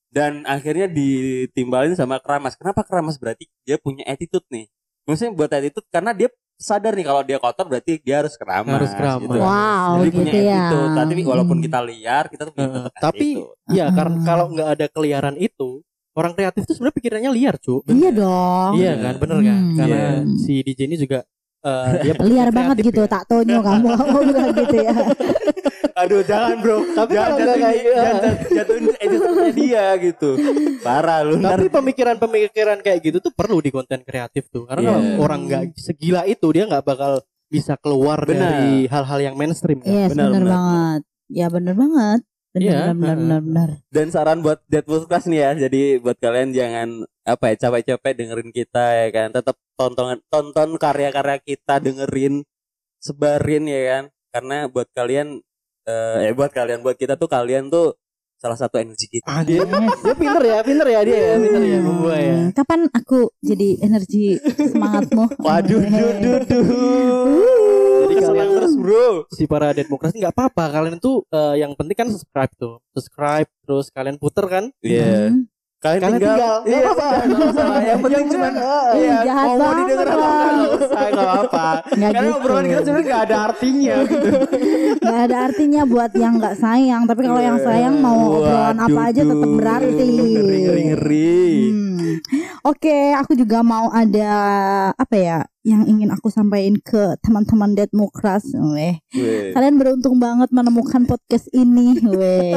Dan akhirnya ditimbalin sama Keramas. Kenapa Keramas? Berarti dia punya attitude nih. Maksudnya buat attitude karena dia sadar nih kalau dia kotor berarti dia harus keramas. Harus keramas. Gitu. Wow, Jadi gitu punya ya. attitude. Tapi walaupun Hmm. kita liar, kita tuh punya Uh, tetap tapi attitude. ya Uh-uh. karena kalau nggak ada keliaran itu, orang kreatif tuh sebenarnya pikirannya liar, cu. Iya dong. Iya kan, bener kan? Hmm. Karena Iya. si D J ini juga eh, dia Liar kreatif banget gitu, ya. tak tonyo kamu kamu bilang gitu ya. Aduh jangan bro. Tapi jangan kalau nggak jatuhin, kayak- jangan jat- jatuhin attitude-nya dia gitu. Parah lu. Tapi Ntar- pemikiran-pemikiran kayak gitu tuh perlu di konten kreatif tuh. Karena Iya. kalau orang nggak segila itu dia nggak bakal bisa keluar Benar. dari hal-hal yang mainstream kan. Yes, Benar, benar benar. banget. Ya benar banget. Benar Iya, benar benar uh-uh. benar benar. Dan saran buat Deadpool Class nih ya. Jadi buat kalian jangan apa ya capek-capek dengerin kita ya kan. Tetap tonton tonton karya-karya kita, dengerin, sebarin ya kan. Karena buat kalian eh, eh buat kalian buat kita tuh kalian tuh salah satu energi kita. Ah, dia, dia pinter ya, pinter ya dia ya, pinter ya membuat ya. Hmm, Kapan aku jadi energi semangatmu? Waduh, duh, duh, duh. Jadi Senang kalian terus bro. si para demokrasi nggak apa-apa, kalian tuh eh, yang penting kan subscribe tuh, subscribe terus kalian puter kan. Iya. Hmm. Kalian, Kalian tinggal, tinggal. Iya, Nggak apa-apa. nggak masalah. Yang penting cuman Ih, iya, jahat mau banget didengar apa loh. enggak enggak usah, enggak apa-apa. Nggak Karena gitu. obrolan kita sebenarnya enggak ada artinya gitu. Gak ada artinya buat yang nggak sayang. Tapi kalau yang sayang mau obrolan apa aja tetap berarti. Ngeri ngeri ngeri. Hmm. Oke, aku juga mau ada apa ya yang ingin aku sampaikan ke teman-teman Deadmukras. Weh, Weh. kalian beruntung banget menemukan podcast ini. Weh,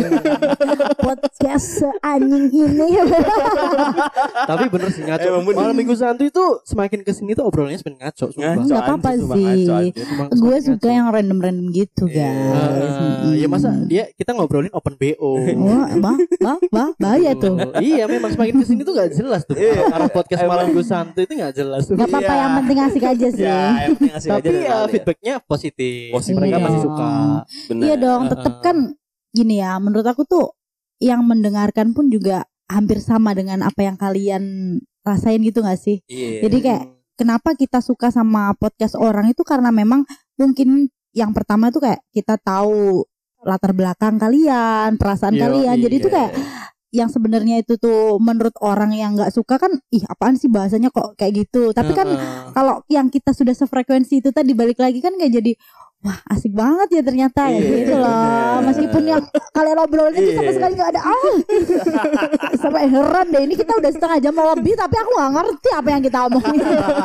podcast seanjing ini. Tapi bener sih ngaco. Emang bener. Malam minggu santuy itu semakin kesini tuh obrolannya semakin ngaco. Sumpah. Ngaco, Nggak apa-apa anjing, sumpah, sih. ngaco, anjing. Emang Gue semakin suka ngaco. yang random-random gitu, Iya. guys. Eh, ya masa dia kita ngobrolin open B O. Wah, bah, bah, bah, bahaya tuh. Oh, iya memang semakin kesini tuh gak jelas tuh. Iya. Arah podcast malam minggu santuy itu gak jelas tuh. Gak apa-apa, Iya. yang penting asik aja sih. Ya, yang penting asik aja Tapi dan ya kalian. feedbacknya positif. Positif. Mereka Iya masih dong. suka. Benar. Iya dong, tetap kan gini ya. Menurut aku tuh yang mendengarkan pun juga hampir sama dengan apa yang kalian rasain gitu gak sih? Iya. Jadi kayak kenapa kita suka sama podcast orang itu karena memang mungkin yang pertama tuh kayak kita tahu latar belakang kalian, perasaan Yo, kalian. Jadi iya. tuh kayak yang sebenarnya itu tuh menurut orang yang nggak suka kan, ih apaan sih bahasanya kok kayak gitu. Tapi kan Heeh. kalau yang kita sudah sefrekuensi itu tadi balik lagi kan kayak jadi wah asik banget ya ternyata ya Iya, gitu loh. bener. Meskipun yang kalian obrolin itu sama Iya. sekali nggak ada ah. Sampai heran deh ini kita udah setengah jam lebih tapi aku nggak ngerti apa yang kita omongin.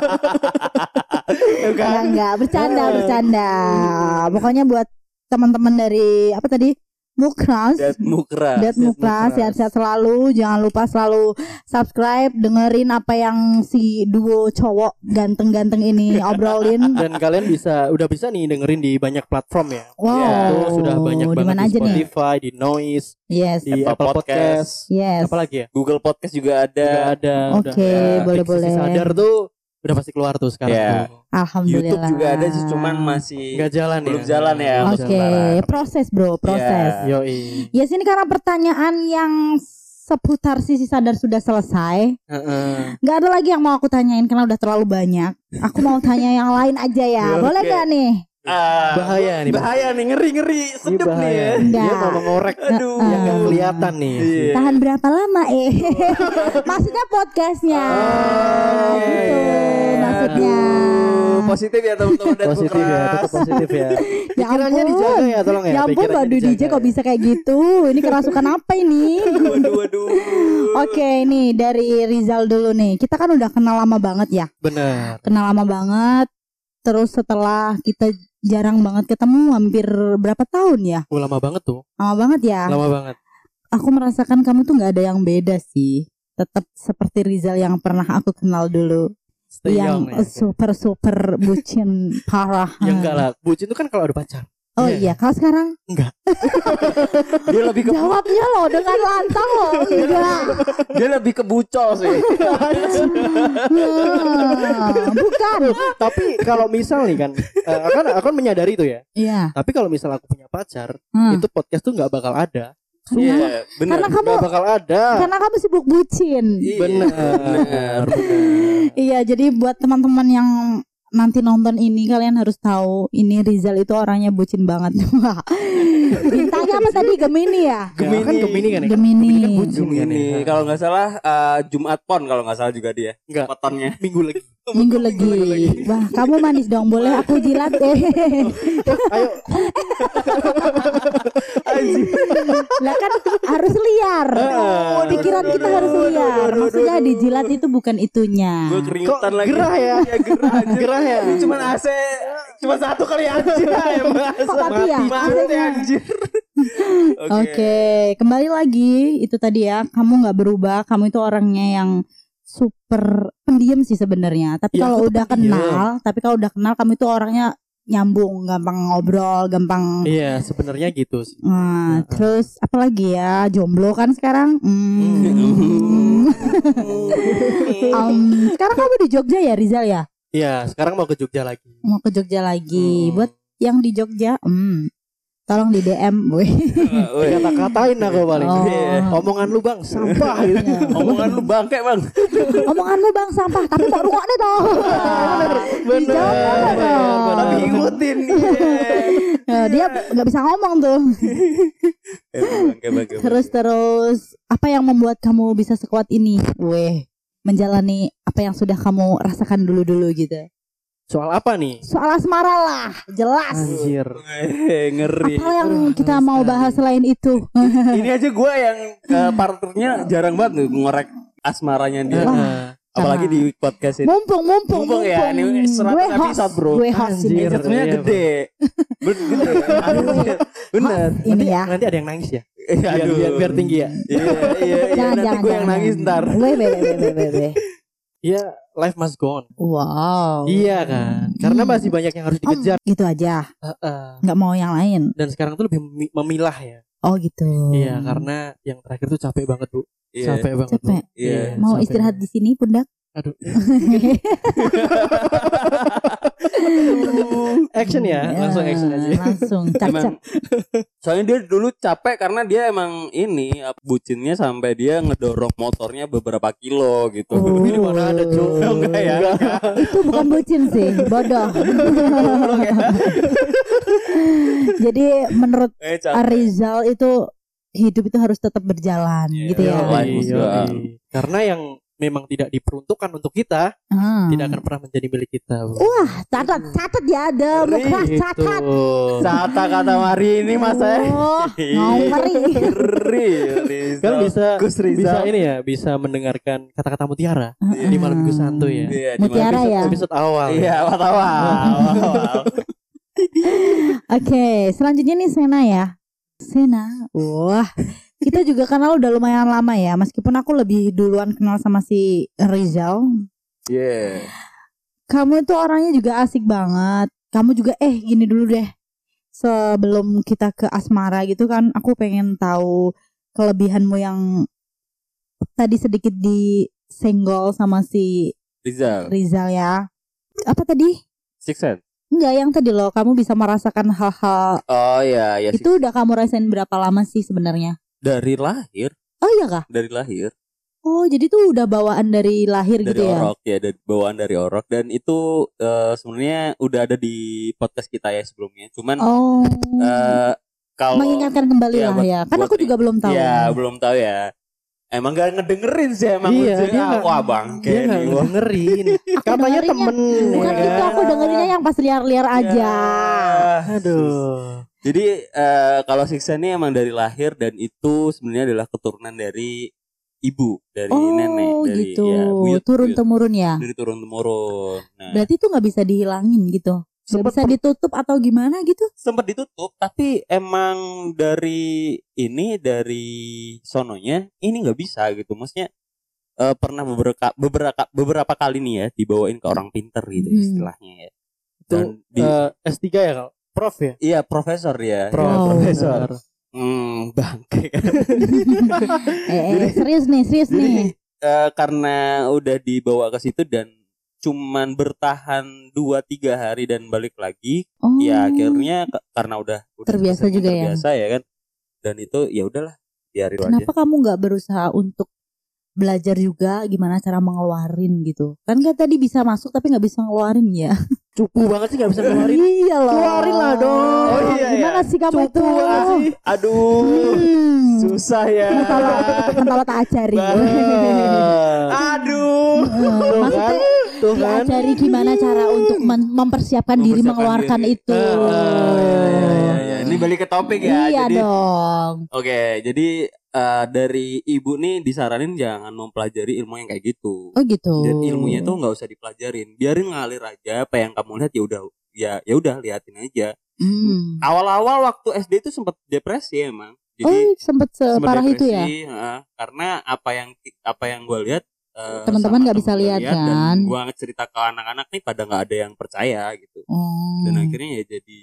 Enggak, enggak, bercanda, bercanda. Pokoknya buat teman-teman dari apa tadi? Mukras. Dead Mukras. Dead Mukras, sehat-sehat selalu. Jangan lupa selalu subscribe, dengerin apa yang si duo cowok ganteng-ganteng ini obrolin. Dan kalian bisa udah bisa nih dengerin di banyak platform ya. Wow, Itu sudah banyak di banget mana di aja nih? Spotify, di Noise, Yes, di Apple Apple, Podcast. Podcast. yes. Apalagi ya? Google Podcast juga ada. Udah ada. Oke, udah. Ya, boleh, Sisi boleh. Sadar tuh udah pasti keluar tuh sekarang Iya. tuh. Alhamdulillah. YouTube juga ada sih, cuman masih Nggak jalan belum ya. jalan ya. Belum Oke, jalan. sementara. proses bro, proses. Iya. Yoi. Ya sini karena pertanyaan yang seputar sisi sadar sudah selesai. Heeh. Nggak ada lagi yang mau aku tanyain karena udah terlalu banyak. Aku mau tanya yang lain aja ya. Oke. Boleh nggak nih? Ah, Bahaya nih, Bahaya nih, ngeri-ngeri, Ini sedep nih ya. bahaya. Enggak. Dia mau mengorek Aduh. yang nggak kelihatan nih. Iya. Tahan berapa lama eh? Maksudnya podcastnya. Oh, gitu. iya. Maksudnya. Aduh, positif ya teman-teman Dead Positif ya, Mukras. tetap positif ya. Ya Pikirannya ampun. dijaga ya, tolong ya. Ya ampun Pikirannya Mbak Du D J dijaga kok ya. bisa kayak gitu. Ini kerasukan apa ini? Waduh, waduh. Oke, ini dari Rizal dulu nih. Kita kan udah kenal lama banget ya. Benar. Kenal lama banget. Terus setelah kita jarang banget ketemu, hampir berapa tahun ya? Oh, lama banget tuh. Lama banget ya. Lama banget. Aku merasakan kamu tuh nggak ada yang beda sih. Tetap seperti Rizal yang pernah aku kenal dulu. Stay yang young ya. super super bucin parah. Ya enggak lah. Bucin itu kan kalau ada pacar. Oh Iya. iya, kalau sekarang Dia lebih ke jawabnya loh dengan lantang loh. Enggak. dia lebih ke bucol sih. Hmm, bukan. Tapi kalau misal nih kan, eh, akan akan menyadari itu ya. Iya. Tapi kalau misal aku punya pacar, Hmm. itu podcast tuh nggak bakal ada. Iya, benar. Karena kamu Nggak bakal ada. karena kamu sibuk bucin. Iya, Benar. benar. Iya, jadi buat teman-teman yang nanti nonton ini kalian harus tahu ini Rizal itu orangnya bucin banget. Wah. Bintangnya apa tadi Gemini ya? Gemini kan Gemini kan ya. Gemini. kan bucin kan Ini ya. kalau nggak salah uh, Jumat Pon kalau nggak salah juga dia. Enggak. Potonnya. Minggu lagi. Minggu lagi. Wah, kamu manis dong. Boleh aku jilat deh. Ayo. Lah kan harus liar. Pikiran kita harus liar. Maksudnya dijilat itu bukan itunya. Gue keringetan lagi. Gerah ya. Iya gerah anjir. Gerah ya. Cuman A C cuma satu kali anjir ya Mas. Kok mati ya? Mati A C-nya? anjir. Oke, kembali lagi itu tadi ya. Kamu nggak berubah. Kamu itu orangnya yang super pendiam sih sebenarnya. Tapi Ya, kalau aku udah pendiam. kenal, tapi kalau udah kenal kamu itu orangnya nyambung, gampang ngobrol, gampang. Iya, sebenarnya gitu sih. Nah, Nah, terus apalagi ya, jomblo kan sekarang. Hmm. Em, sekarang kamu di Jogja ya, Rizal ya? Iya, sekarang mau ke Jogja lagi. Mau ke Jogja lagi. Hmm. Buat yang di Jogja, hmm, tolong di D M, weh. Kata-katain aku paling. Oh. Iya. Omongan lu bang sampah gitu. Omongan lu bangke bang. Omonganmu bang sampah, tapi mau rungoknya dong. Bener. Dijawab dong. Tapi ngikutin. Ya, dia nggak bisa ngomong tuh. Bangke bangke. Terus terus apa yang membuat kamu bisa sekuat ini? Weh, menjalani apa yang sudah kamu rasakan dulu-dulu gitu. Soal apa nih? Soal asmara lah, jelas. Anjir. Eh, ngeri. Apa yang kita mau bahas selain itu? Ini aja gue yang uh, partnernya jarang banget tuh ngorek asmaranya dia. Heeh. Apalagi di podcast ini. Mumpung, mumpung, Mumpung ya, ini seratus Gue host, episode, bro. gue host ini. Anjir. Sebenarnya Iya, gede. Ben- Gede. Bener. Host ini ya. Nanti ada yang nangis ya. Eh, Biar, aduh. biar, biar tinggi ya. Iya, iya, iya. Jangan, Nanti jangan, gue yang jangan. nangis ntar. Weh, weh, weh, weh, weh, weh. Iya, life must go on. Wow. Iya kan. Karena masih banyak yang harus Om, dikejar. gitu aja. Heeh. Nggak mau yang lain. Dan sekarang tuh lebih memi- memilah ya. Oh gitu. Iya, karena yang terakhir tuh capek banget, Bu. Iya. Capek banget, Bu. Capek. Iya. Mau capek istirahat banget. di sini pundak? Aduh. Action ya, langsung action aja. Langsung cak-cak. Emang, soalnya dia dulu capek karena dia emang ini uh, bucinnya sampai dia ngedorong motornya beberapa kilo gitu. Oh. Ini mana ada, Cuk? Oh, enggak ya? Itu bukan bucin sih, bodoh. Jadi menurut Eh, capek. Rizal itu hidup itu harus tetap berjalan Iya, gitu ya. iya. Life Yoi, must go yoi. on. Karena yang memang tidak diperuntukkan untuk kita Ah. tidak akan pernah menjadi milik kita, Bu. Wah, catat, catat ya ada mau keras Gitu. catat. Kata kata Mari ini mas saya. Oh, ngeri. Ngeri. Rizal. Kan bisa Gus Rizal. bisa ini ya, bisa mendengarkan kata-kata mutiara di malam minggu santuy ya. Iya, di Mutiara mana- ya. Episode awal. Iya, awal-awal. Oke, selanjutnya nih Sena ya. Sena, wah, kita juga kenal udah lumayan lama ya. Meskipun aku lebih duluan kenal sama si Rizal. Iya. Kamu itu orangnya juga asik banget. Kamu juga eh gini dulu deh. Sebelum kita ke asmara gitu kan, aku pengen tahu kelebihanmu yang tadi sedikit disenggol sama si Rizal. Rizal ya. Apa tadi? Six Sense. Enggak, yang tadi loh, kamu bisa merasakan hal-hal Oh iya, ya itu udah kamu rasain berapa lama sih sebenarnya? dari lahir, Oh iya kah? dari lahir, Oh jadi tuh udah bawaan dari lahir dari gitu ya? orok ya, dari bawaan dari orok dan itu eh, sebenarnya udah ada di podcast kita ya sebelumnya. Cuman Oh, eh, kalau mengingatkan kembali Iya, lah buat- ya. Kan buat aku ri- juga belum tahu. ya belum tahu ya. Emang gak ngedengerin sih emang Iya, Ucil. dia Ah, nggak- wah bang Dia nggak Kenny, wah. dengerin. Katanya dengerinnya- temen. Bukan ya gitu, kan? aku dengerinnya yang pas liar-liar aja. Ya. Aduh. Jadi eh, kalau Siksa ini emang dari lahir dan itu sebenarnya adalah keturunan dari ibu, dari Oh nenek, dari gitu, ya, buyut, turun buyut. temurun ya. dari turun temurun. Nah, Berarti tuh nggak bisa dihilangin gitu. Nggak Sempet bisa ditutup atau gimana gitu? sempat ditutup, tapi emang dari ini dari sononya ini nggak bisa gitu. Maksudnya eh, pernah beberapa beberapa beberapa kali nih ya dibawain ke orang pinter gitu Hmm. istilahnya ya. Itu Dan di, eh, S tiga ya, Kak? Prof ya? iya profesor ya, Prof, Oh. profesor. hmm, bangke. Eh, eh, serius nih, serius Jadi nih. eh, karena udah dibawa ke situ dan cuman bertahan dua tiga hari dan balik lagi, Oh. ya akhirnya ke- karena udah, udah Terbiasa sering juga ya. terbiasa ya kan, dan itu ya udahlah biarin aja. Kenapa kamu nggak berusaha untuk belajar juga gimana cara mengeluarin gitu. Kan kan tadi bisa masuk tapi nggak bisa ngeluarin ya. Cupu banget sih nggak bisa ngeluarin. Iya loh. Keluarin lah dong. Oh iya, Gimana iya. sih kamu Cupu itu? banget sih. Aduh, Hmm. susah ya. Mentolo, mentolo tak ajari. Aduh. Eh, Maksudnya Tuh kan. diajari gimana cara untuk men- mempersiapkan diri Mempersiapkan mengeluarkan diri. itu. Oh, iya, iya, iya. Ini balik ke topik ya. Iya jadi, dong. Oke, jadi eh, dari ibu nih disaranin jangan mempelajari ilmu yang kayak gitu. Oh gitu. Dan ilmunya tuh nggak usah dipelajarin, biarin ngalir aja. Apa yang kamu lihat ya udah, ya ya udah liatin aja. Hmm. Awal-awal waktu S D itu sempat depresi emang. Oh Jadi sempet sempet separah itu ya. depresi, heeh. Karena apa yang apa yang gue lihat eh, Teman-teman sama nggak bisa temen gua lihat, lihat, kan? Dan gue cerita ke anak-anak nih pada nggak ada yang percaya gitu. Oh. Dan akhirnya ya jadi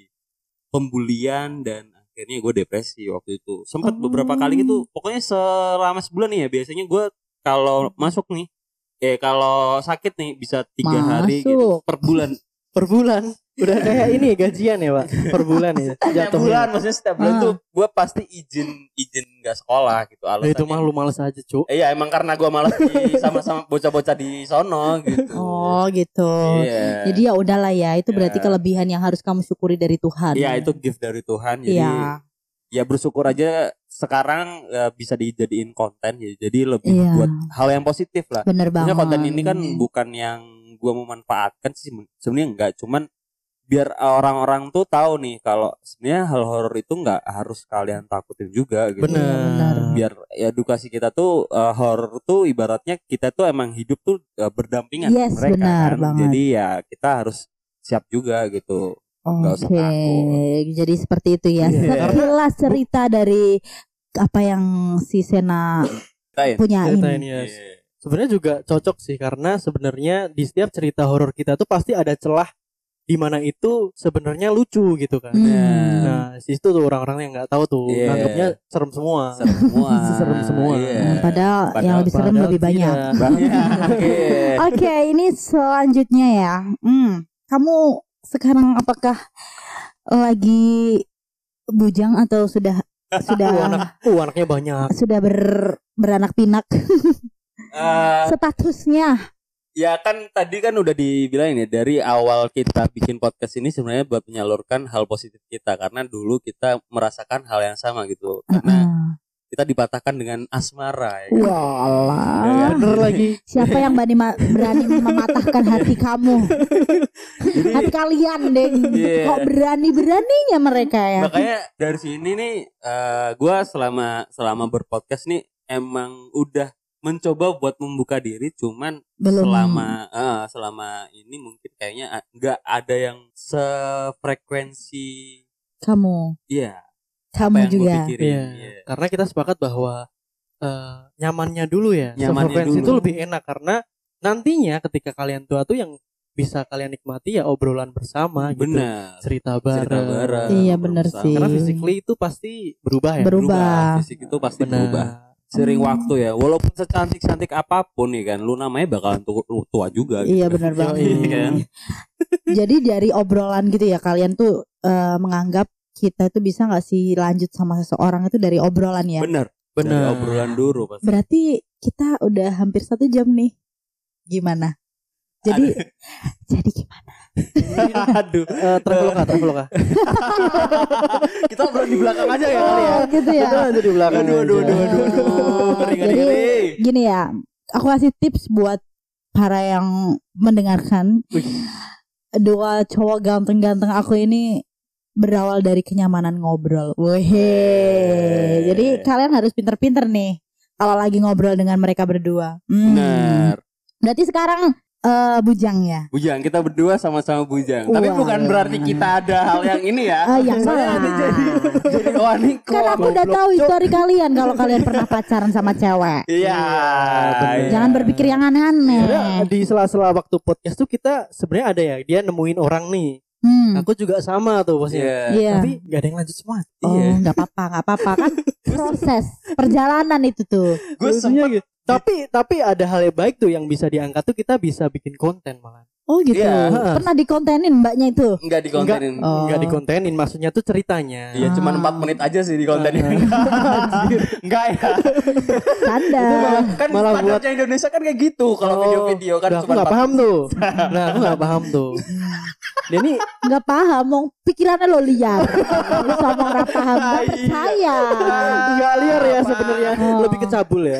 pembulian dan akhirnya gue depresi waktu itu. Sempat Oh. beberapa kali gitu. Pokoknya selama sebulan nih ya biasanya gue kalau masuk nih, eh kalau sakit nih bisa tiga hari gitu Masuk. per bulan. Per bulan. Udah kayak ini gajian ya Pak. Per bulan ya. Setiap Jatuhnya. bulan, maksudnya setiap bulan Ah. tuh gue pasti izin izin nggak sekolah gitu. Nah, itu mah Alasannya. lu males aja cu. Iya emang karena gue malas di sama-sama bocah-bocah di sono gitu. Oh gitu. Iya. Jadi ya udahlah ya, itu berarti Ya. kelebihan yang harus kamu syukuri dari Tuhan. Iya itu gift dari Tuhan. Jadi Iya. ya bersyukur aja sekarang ya, bisa dijadiin konten ya. Jadi lebih Iya. buat hal yang positif lah. Bener banget. Maksudnya konten ini kan bukan yang gue memanfaatkan sih, sebenarnya enggak, cuman biar orang-orang tuh tahu nih kalau sebenarnya hal horor itu enggak harus kalian takutin juga gitu. Iya, benar. Benar. Biar ya edukasi kita tuh uh, horor tuh ibaratnya kita tuh emang hidup tuh uh, berdampingan Yes, sama mereka benar kan. banget. Jadi ya kita harus siap juga gitu. Nggak usah Oke, takut. jadi seperti itu ya. Iya. Sekilas cerita dari apa yang si Sena Ceritain. punyain. Ceritain ya. Iya. Sebenarnya juga cocok sih karena sebenarnya di setiap cerita horor kita tuh pasti ada celah di mana itu sebenarnya lucu gitu kan. Hmm. Nah, di situ tuh orang-orang yang nggak tahu tuh Iya. nganggapnya serem semua. Serem semua. Serem semua. Iya. Nah, padahal, yang Padahal- lebih serem Padahal lebih banyak. tidak. Banyak. Oke. Oke, ini selanjutnya ya. Hmm, kamu sekarang apakah lagi bujang atau sudah sudah Uh, anak, uh, anaknya banyak. sudah ber, beranak pinak? Eh, Statusnya. Ya kan tadi kan udah dibilangin ya dari awal kita bikin podcast ini sebenarnya buat menyalurkan hal positif kita karena dulu kita merasakan hal yang sama gitu karena Heeh. kita dipatahkan dengan asmara ya. kan? Walah. Ya, Bener lagi. Siapa yang berani, ma- berani mematahkan hati kamu? Hati kalian, Deng. Iya. Kok berani-beraninya mereka ya? Makanya dari sini nih eh, gua selama selama berpodcast nih emang udah mencoba buat membuka diri cuman Belum. selama eh, selama ini mungkin kayaknya a- nggak ada yang sefrekuensi Kamu, iya kamu apa yang gua juga. pikirin. Iya. Iya. Karena kita sepakat bahwa eh, nyamannya dulu ya. Nyamannya Sefrekuensi dulu. itu lebih enak karena nantinya ketika kalian tua tuh yang bisa kalian nikmati ya obrolan bersama gitu. Benar. Cerita bareng. Cerita bareng. Iya, benar bersama. sih. Karena physically itu pasti berubah ya. Berubah. Fisik itu pasti Benar. berubah. Sering Hmm. waktu ya, walaupun secantik-cantik apapun nih kan, lu namanya bakalan tua, tua juga. Iya gitu. benar banget. Iya kan? Jadi dari obrolan gitu ya kalian tuh eh, menganggap kita itu bisa nggak sih lanjut sama seseorang itu dari obrolan ya? Bener. Benar. Dari obrolan dulu pasti. Berarti kita udah hampir satu jam nih. Gimana? Jadi jadi gimana? Aduh. Eh, Traveloka, Traveloka. Kita obrolan di belakang aja ya kali ya. Oh, gitu ya. Kita lanjut di belakang. Aduh, aduh, aja. aduh, aduh, aduh. Ngeri, ngeri, Jadi ngeri. gini ya, aku kasih tips buat para yang mendengarkan. Wih. Dua cowok ganteng-ganteng aku ini berawal dari kenyamanan ngobrol. Wih. Jadi kalian harus pinter-pinter nih kalau lagi ngobrol dengan mereka berdua. Hmm. Benar. Berarti sekarang eh, bujang ya. Bujang, kita berdua sama-sama bujang. Tapi Wah. bukan berarti kita ada hal yang ini ya. Ah, yang Soalnya nanti mana? jadi jadi wah nih kok. Kan aku udah tahu histori kalian kalau kalian pernah pacaran sama cewek. Iya. bener. Jangan berpikir yang Sebenarnya aneh-aneh. di sela-sela waktu podcast tuh kita sebenarnya ada ya dia nemuin orang nih. Hmm. Aku juga sama tuh bosnya. Iya. Iya. Tapi gak ada yang lanjut semua. Oh, Iya. nggak apa-apa, nggak apa-apa kan proses perjalanan itu tuh. Gue Maksudnya sempet gitu. Tapi tapi ada hal yang baik tuh yang bisa diangkat tuh kita bisa bikin konten malah. Oh gitu. Iya. Pernah dikontenin mbaknya itu? Enggak dikontenin. Oh. Enggak dikontenin, maksudnya tuh ceritanya. Iya, cuma Ah. empat menit aja sih dikontenin. Enggak ya. Canda. Kan Malah buat- standarnya Indonesia kan kayak gitu. Kalau video-video kan Nah, aku cuma nggak empat paham tuh. Nah, aku nggak paham tuh. Dia nih Nggak paham, mau pikirannya lo liar. Lu sama nggak paham, nggak Iya. percaya. nggak liar ya sebenarnya, Oh. lebih kecabul ya.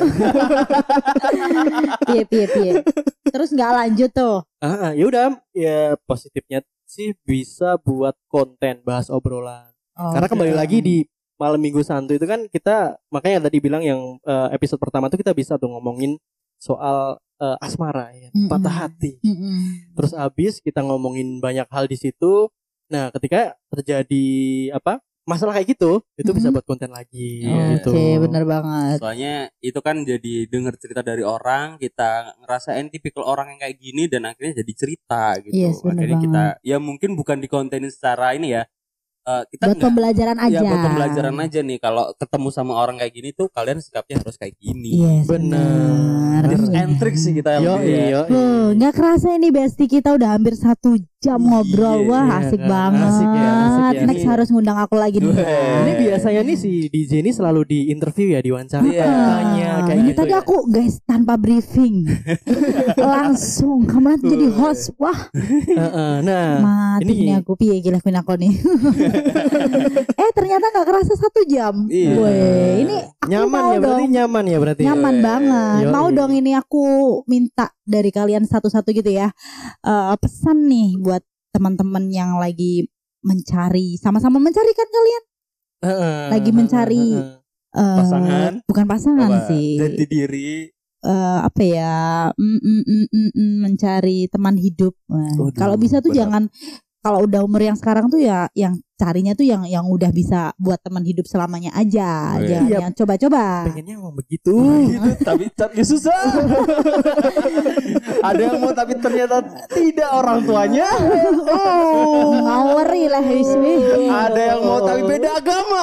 Piye piye piye. Terus nggak lanjut tuh. Ah, ya udah, ya positifnya sih bisa buat konten bahas obrolan. Oh, Karena kembali gitu. lagi di malam minggu santuy itu kan kita, makanya tadi bilang yang eh, episode pertama tuh kita bisa tuh ngomongin soal eh, asmara ya, Mm-mm. patah hati. Mm-mm. Terus abis kita ngomongin banyak hal di situ. Nah, ketika terjadi apa masalah kayak gitu, itu bisa Mhm. buat konten lagi Iya. gitu. Oke, bener banget. Soalnya itu kan jadi denger cerita dari orang, kita ngerasain tipikal orang yang kayak gini dan akhirnya jadi cerita gitu. Yes, bener akhirnya kita banget. ya mungkin bukan dikontenin secara ini ya. eh, kita Buat nggak- pembelajaran aja. ya buat pembelajaran aja nih, kalau ketemu sama orang kayak gini tuh kalian sikapnya harus kayak gini. Yes, Bener. bener. Tips and trick sih kita Yo, yang beli ya. yo, Huh, nggak kerasa ini bestie kita udah hampir satu jam ngobrol. Iya, Wah, iya asik kan? banget. Asik ya, asik ya. Next Ini- harus ngundang aku lagi nih. Weh. Ini biasanya nih si D J ini selalu di interview ya, diwawancara, Iya. tanya Ah, kayak ini gitu. tadi ya. aku guys tanpa briefing langsung kamu nanti jadi host. Wah, Heeh, nah, mati ini- nih aku piye gila queen aku nih. Eh ternyata nggak kerasa satu jam. Iya. Weh, ini aku nyaman mau ya berarti, dong. nyaman ya berarti. Nyaman Yoi. banget. Yoi. Mau dong ini aku minta dari kalian satu-satu gitu ya. Eh, pesan nih buat teman-teman yang lagi mencari, sama-sama mencari kan kalian? Heeh, Lagi heeh, mencari heeh. Eh, Pasangan? bukan pasangan Apa? sih. Jati diri. Eh, apa ya? Mm, mm, mm, mm, mm, mencari teman hidup. Wah, Waduh, kalau bisa tuh berat. jangan, kalau udah umur yang sekarang tuh ya yang carinya tuh yang yang udah bisa buat teman hidup selamanya aja. Oh, iya. Jangan Iya. yang coba-coba. Pengennya mau begitu. Gitu, tapi tapi susah. Ada yang mau tapi ternyata tidak orang tuanya. Oh, ngawari lah Hismi. Ada yang mau tapi beda agama.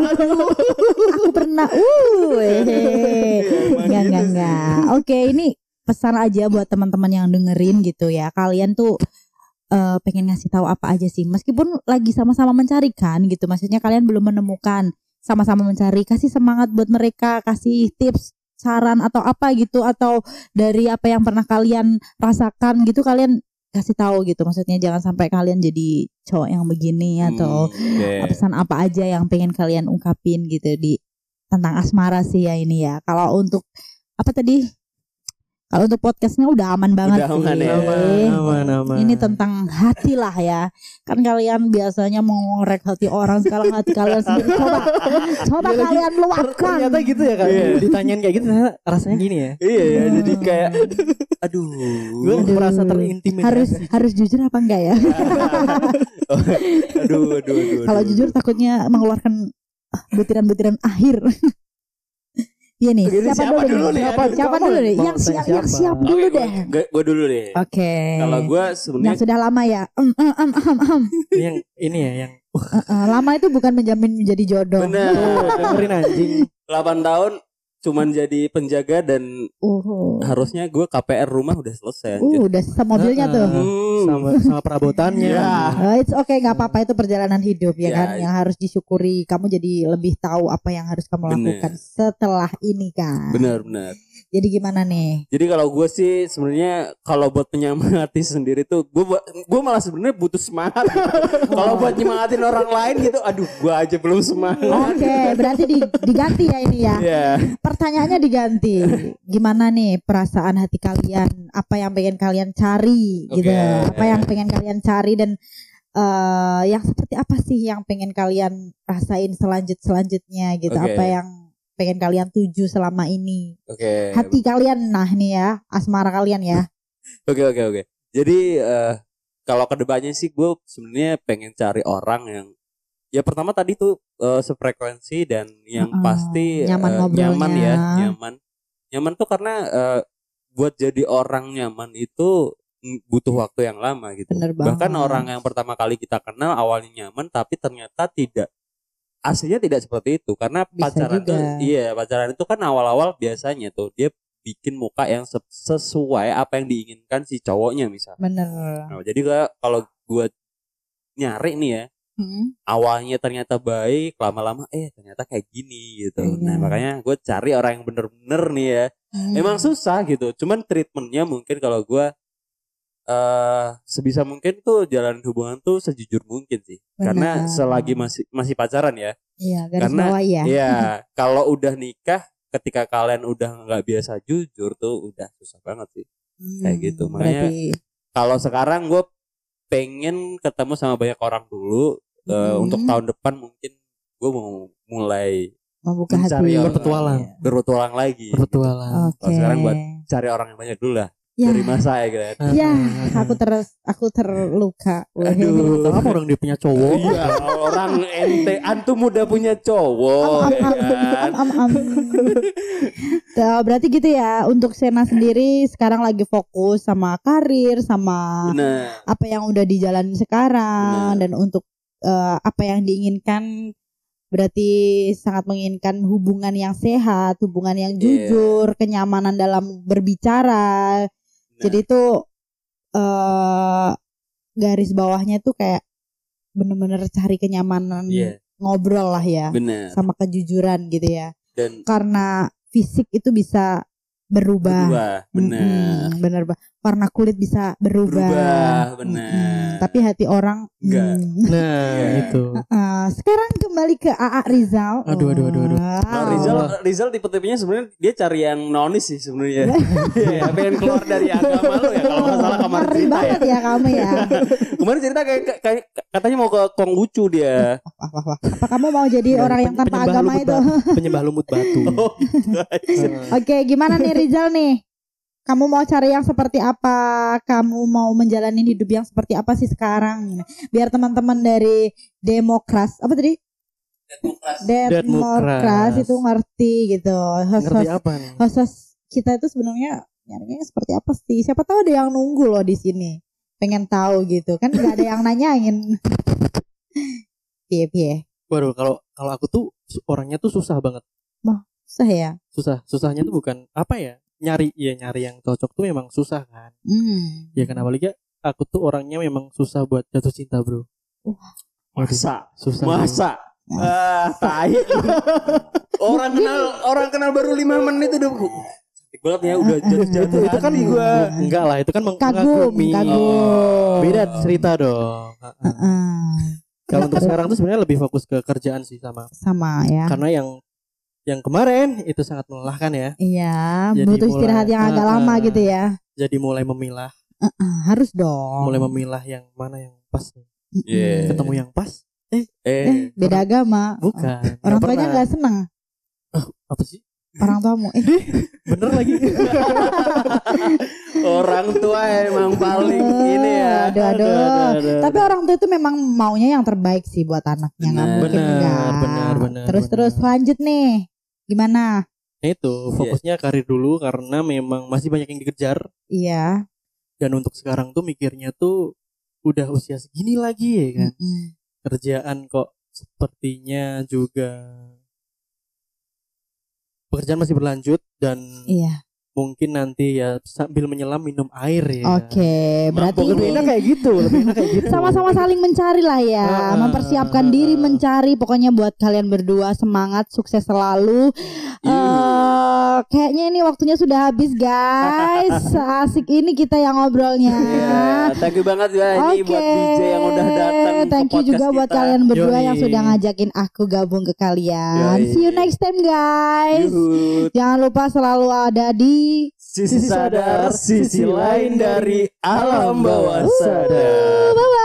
Aku pernah. Uh, hehehe. Emang Enggak, gitu enggak, sih. enggak. Oke, ini pesan aja buat teman-teman yang dengerin gitu ya. Kalian tuh eh, pengen ngasih tahu apa aja sih, meskipun lagi sama-sama mencari kan gitu. Maksudnya kalian belum menemukan, sama-sama mencari. Kasih semangat buat mereka, kasih tips, saran atau apa gitu, atau dari apa yang pernah kalian rasakan gitu, kalian kasih tahu gitu. Maksudnya jangan sampai kalian jadi cowok yang begini atau Hmm, oke. pesan apa aja yang pengen kalian ungkapin gitu di tentang asmara sih ya ini ya. Kalau untuk apa tadi? Kalau untuk podcastnya udah aman banget Udah aman sih. ya. Aman, aman. Ini tentang hati lah ya. Kan kalian biasanya mau ngorek hati orang, sekarang hati kalian sendiri coba coba Iya lagi, kalian luapkan. Ternyata gitu ya kan. Iya. Ditanyain kayak gitu ternyata rasanya gini ya. Iya ya, jadi kayak aduh. Gue Aduh. merasa terintimidasi. Harus harus jujur apa enggak ya? aduh, aduh, aduh. Kalau aduh. jujur takutnya mengeluarkan ah, butiran-butiran akhir. Iya nih, Ini siapa, siapa dulu dulu nih? nih? Siapa, Aduh, siapa kamu dulu nih? mau Yang tanya siap, yang siapa? siap dulu Oke, deh. Gue, gue dulu deh. Oke. Kalau gue yang sebenarnya sudah lama ya. Em, em, em, em, em. yang ini ya yang Eh, eh, lama itu bukan menjamin menjadi jodoh. bener dengerin anjing. delapan tahun cuman jadi penjaga dan Uh, harusnya gue K P R rumah udah selesai anjir. uh, udah sisa mobilnya tuh. Hmm. sama sama perabotannya. Ya. Oh, it's okay, nggak apa-apa, itu perjalanan hidup ya Ya. kan, yang harus disyukuri. Kamu jadi lebih tahu apa yang harus kamu Bener. lakukan setelah ini kan. Bener bener. Jadi gimana nih? Jadi kalau gue sih sebenarnya kalau buat penyemangati sendiri tuh gue gue malah sebenarnya butuh semangat. Kalau buat nyemangatin orang lain gitu, aduh gue aja belum semangat. Oke, berarti di- diganti ya ini ya. Iya. Pertanyaannya diganti. Gimana nih perasaan hati kalian? Apa yang pengen kalian cari gitu? Oke. Apa yang pengen kalian cari dan eh yang seperti apa sih yang pengen kalian rasain selanjut selanjutnya gitu? Oke. Apa yang pengen kalian tuju selama ini? Oke. Hati kalian, nah nih ya, asmara kalian ya. Oke oke oke. Jadi eh, kalau kedepannya sih gue sebenarnya pengen cari orang yang ya pertama tadi tuh eh, sefrekuensi dan yang Heeh, pasti eh, nyaman ngobrolnya. nyaman ya, nyaman. Nyaman tuh karena eh, buat jadi orang nyaman itu mm, butuh waktu yang lama gitu. Bener Bahkan banget. orang yang pertama kali kita kenal awalnya nyaman tapi ternyata tidak, aslinya tidak seperti itu karena Bisa pacaran juga. tuh iya pacaran itu kan awal-awal biasanya tuh dia bikin muka yang se- sesuai apa yang diinginkan si cowoknya misal. Bener. Nah, jadi kayak kalau gue nyari nih ya, Hmm. awalnya ternyata baik, lama-lama eh ternyata kayak gini gitu. Iya. Nah makanya gue cari orang yang bener-bener nih ya. Hmm. Emang susah gitu, cuman treatmentnya mungkin kalau gue uh, sebisa mungkin tuh jalan hubungan tuh sejujur mungkin sih. Benar. Karena selagi masih masih pacaran ya. Iya, garis Karena bawah ya. Iya, kalau udah nikah, ketika kalian udah nggak biasa jujur tuh udah susah banget sih. Hmm, kayak gitu. Makanya berarti, kalau sekarang gue pengen ketemu sama banyak orang dulu. Uh, Hmm. Untuk tahun depan mungkin gue mau mulai membuka mencari hati. orang. Berpetualang. berpetualang lagi. Berpetualang. Oke. Kalau sekarang buat cari orang yang banyak dulu lah. Ya. Dari masa ya kan. Ya, aku ter aku terluka. Aduh. Apa orang dia punya cowok? Iya, orang ente antum udah punya cowok Am, ya am, kan. am, am, am. Tuh, berarti gitu ya. Untuk Sena sendiri sekarang lagi fokus sama karir, sama Benar. apa yang udah dijalanin sekarang, Benar. dan untuk eh, apa yang diinginkan, berarti sangat menginginkan hubungan yang sehat, hubungan yang Iya. jujur, kenyamanan dalam berbicara. Nah, Jadi itu eh garis bawahnya tuh kayak bener-bener cari kenyamanan iya, ngobrol lah ya, benar. sama kejujuran gitu ya. Dan Karena fisik itu bisa berubah. berdua, benar. Mm-mm, bener ba- warna kulit bisa berubah. Berubah, benar. Mm-mm, tapi hati orang Enggak. mm. Nah, Iya. itu. Eh, sekarang kembali ke A A Rizal. Aduh, aduh, aduh, aduh. Wow. Nah, Rizal Rizal tipe-tipenya sebenarnya dia cari yang nonis sih sebenarnya. Iya, pengen keluar dari agama lu ya kalau nggak salah kemarin Ngeri cerita ya. banget ya kamu ya. Kemarin cerita kayak, kayak katanya mau ke Konghucu dia. Wah, wah, wah. Apa kamu mau jadi orang yang tanpa Penyembah agama lumut itu? batu. Penyembah lumut batu. Oh, guys. Oke, gimana nih Rizal nih? Kamu mau cari yang seperti apa? Kamu mau menjalani hidup yang seperti apa sih sekarang? Biar teman-teman dari Demokras, apa tadi? Demokras. Demokras itu ngerti gitu. Ngerti Host-host apa nih? host kita itu sebenarnya nyarinya seperti apa sih? Siapa tahu ada yang nunggu loh di sini. Pengen tahu gitu. Kan nggak ada yang nanyain. Piye piye. Waduh, kalau kalau aku tuh su- orangnya tuh susah banget. Susah ya? Susah. Susahnya tuh bukan apa ya? Nyari ya nyari yang cocok tuh memang susah kan. Hmm. Ya kan apalagi aku tuh orangnya memang susah buat jatuh cinta, Bro. Waduh, Masa? susah. Masa? Ah, tai. Orang kenal orang kenal baru lima menit udah cantik banget ya, udah jatuh-jatuh. Itu kan gua. enggak lah, itu kan meng- Kagum, mengagumi. kagum. Beda cerita dong. Heeh. Kalau untuk sekarang tuh sebenarnya lebih fokus ke kerjaan sih sama. Sama ya. Karena yang yang kemarin itu sangat melelahkan ya. Iya, Jadi butuh mulai- istirahat yang agak Ah, lama ah. gitu ya. Jadi mulai memilah, Ah, harus dong. mulai memilah yang mana yang pas. Mm-mm. Iya. Ketemu yang pas. Eh, Eh, beda agama. Bukan. Orang Nggak tuanya pernah. nggak seneng. Apa sih? Orang tuamu. Eh, Bener lagi. orang tua emang paling ini ya. Aduh, aduh. Tapi orang tua itu memang maunya yang terbaik sih buat anaknya. Nggak Benar, mungkin benar, enggak. benar, benar, Terus benar. terus lanjut nih. Gimana? Nah, itu fokusnya karir dulu karena memang masih banyak yang dikejar. Iya. Dan untuk sekarang tuh mikirnya tuh udah usia segini lagi ya kan. Mm-mm. Kerjaan kok sepertinya juga pekerjaan masih berlanjut dan Iya. mungkin nanti ya sambil menyelam minum air ya. Oke, berarti Lebih enak kayak gitu, lebih enak kayak gitu. sama-sama saling mencari lah ya, Ah, mempersiapkan ah, diri ah. mencari. Pokoknya buat kalian berdua semangat, sukses selalu. Eh, kayaknya ini waktunya sudah habis guys. Asik ini kita yang ngobrolnya. Iya, thank you banget ya ini Oke, buat D J yang udah datang ke thank you podcast juga buat kita. kalian berdua Yoi. yang sudah ngajakin aku gabung ke kalian. Yoi. See you next time guys. Yuhut. Jangan lupa selalu ada di Sisi sadar, sisi lain dari alam bawah sadar. Bye bye.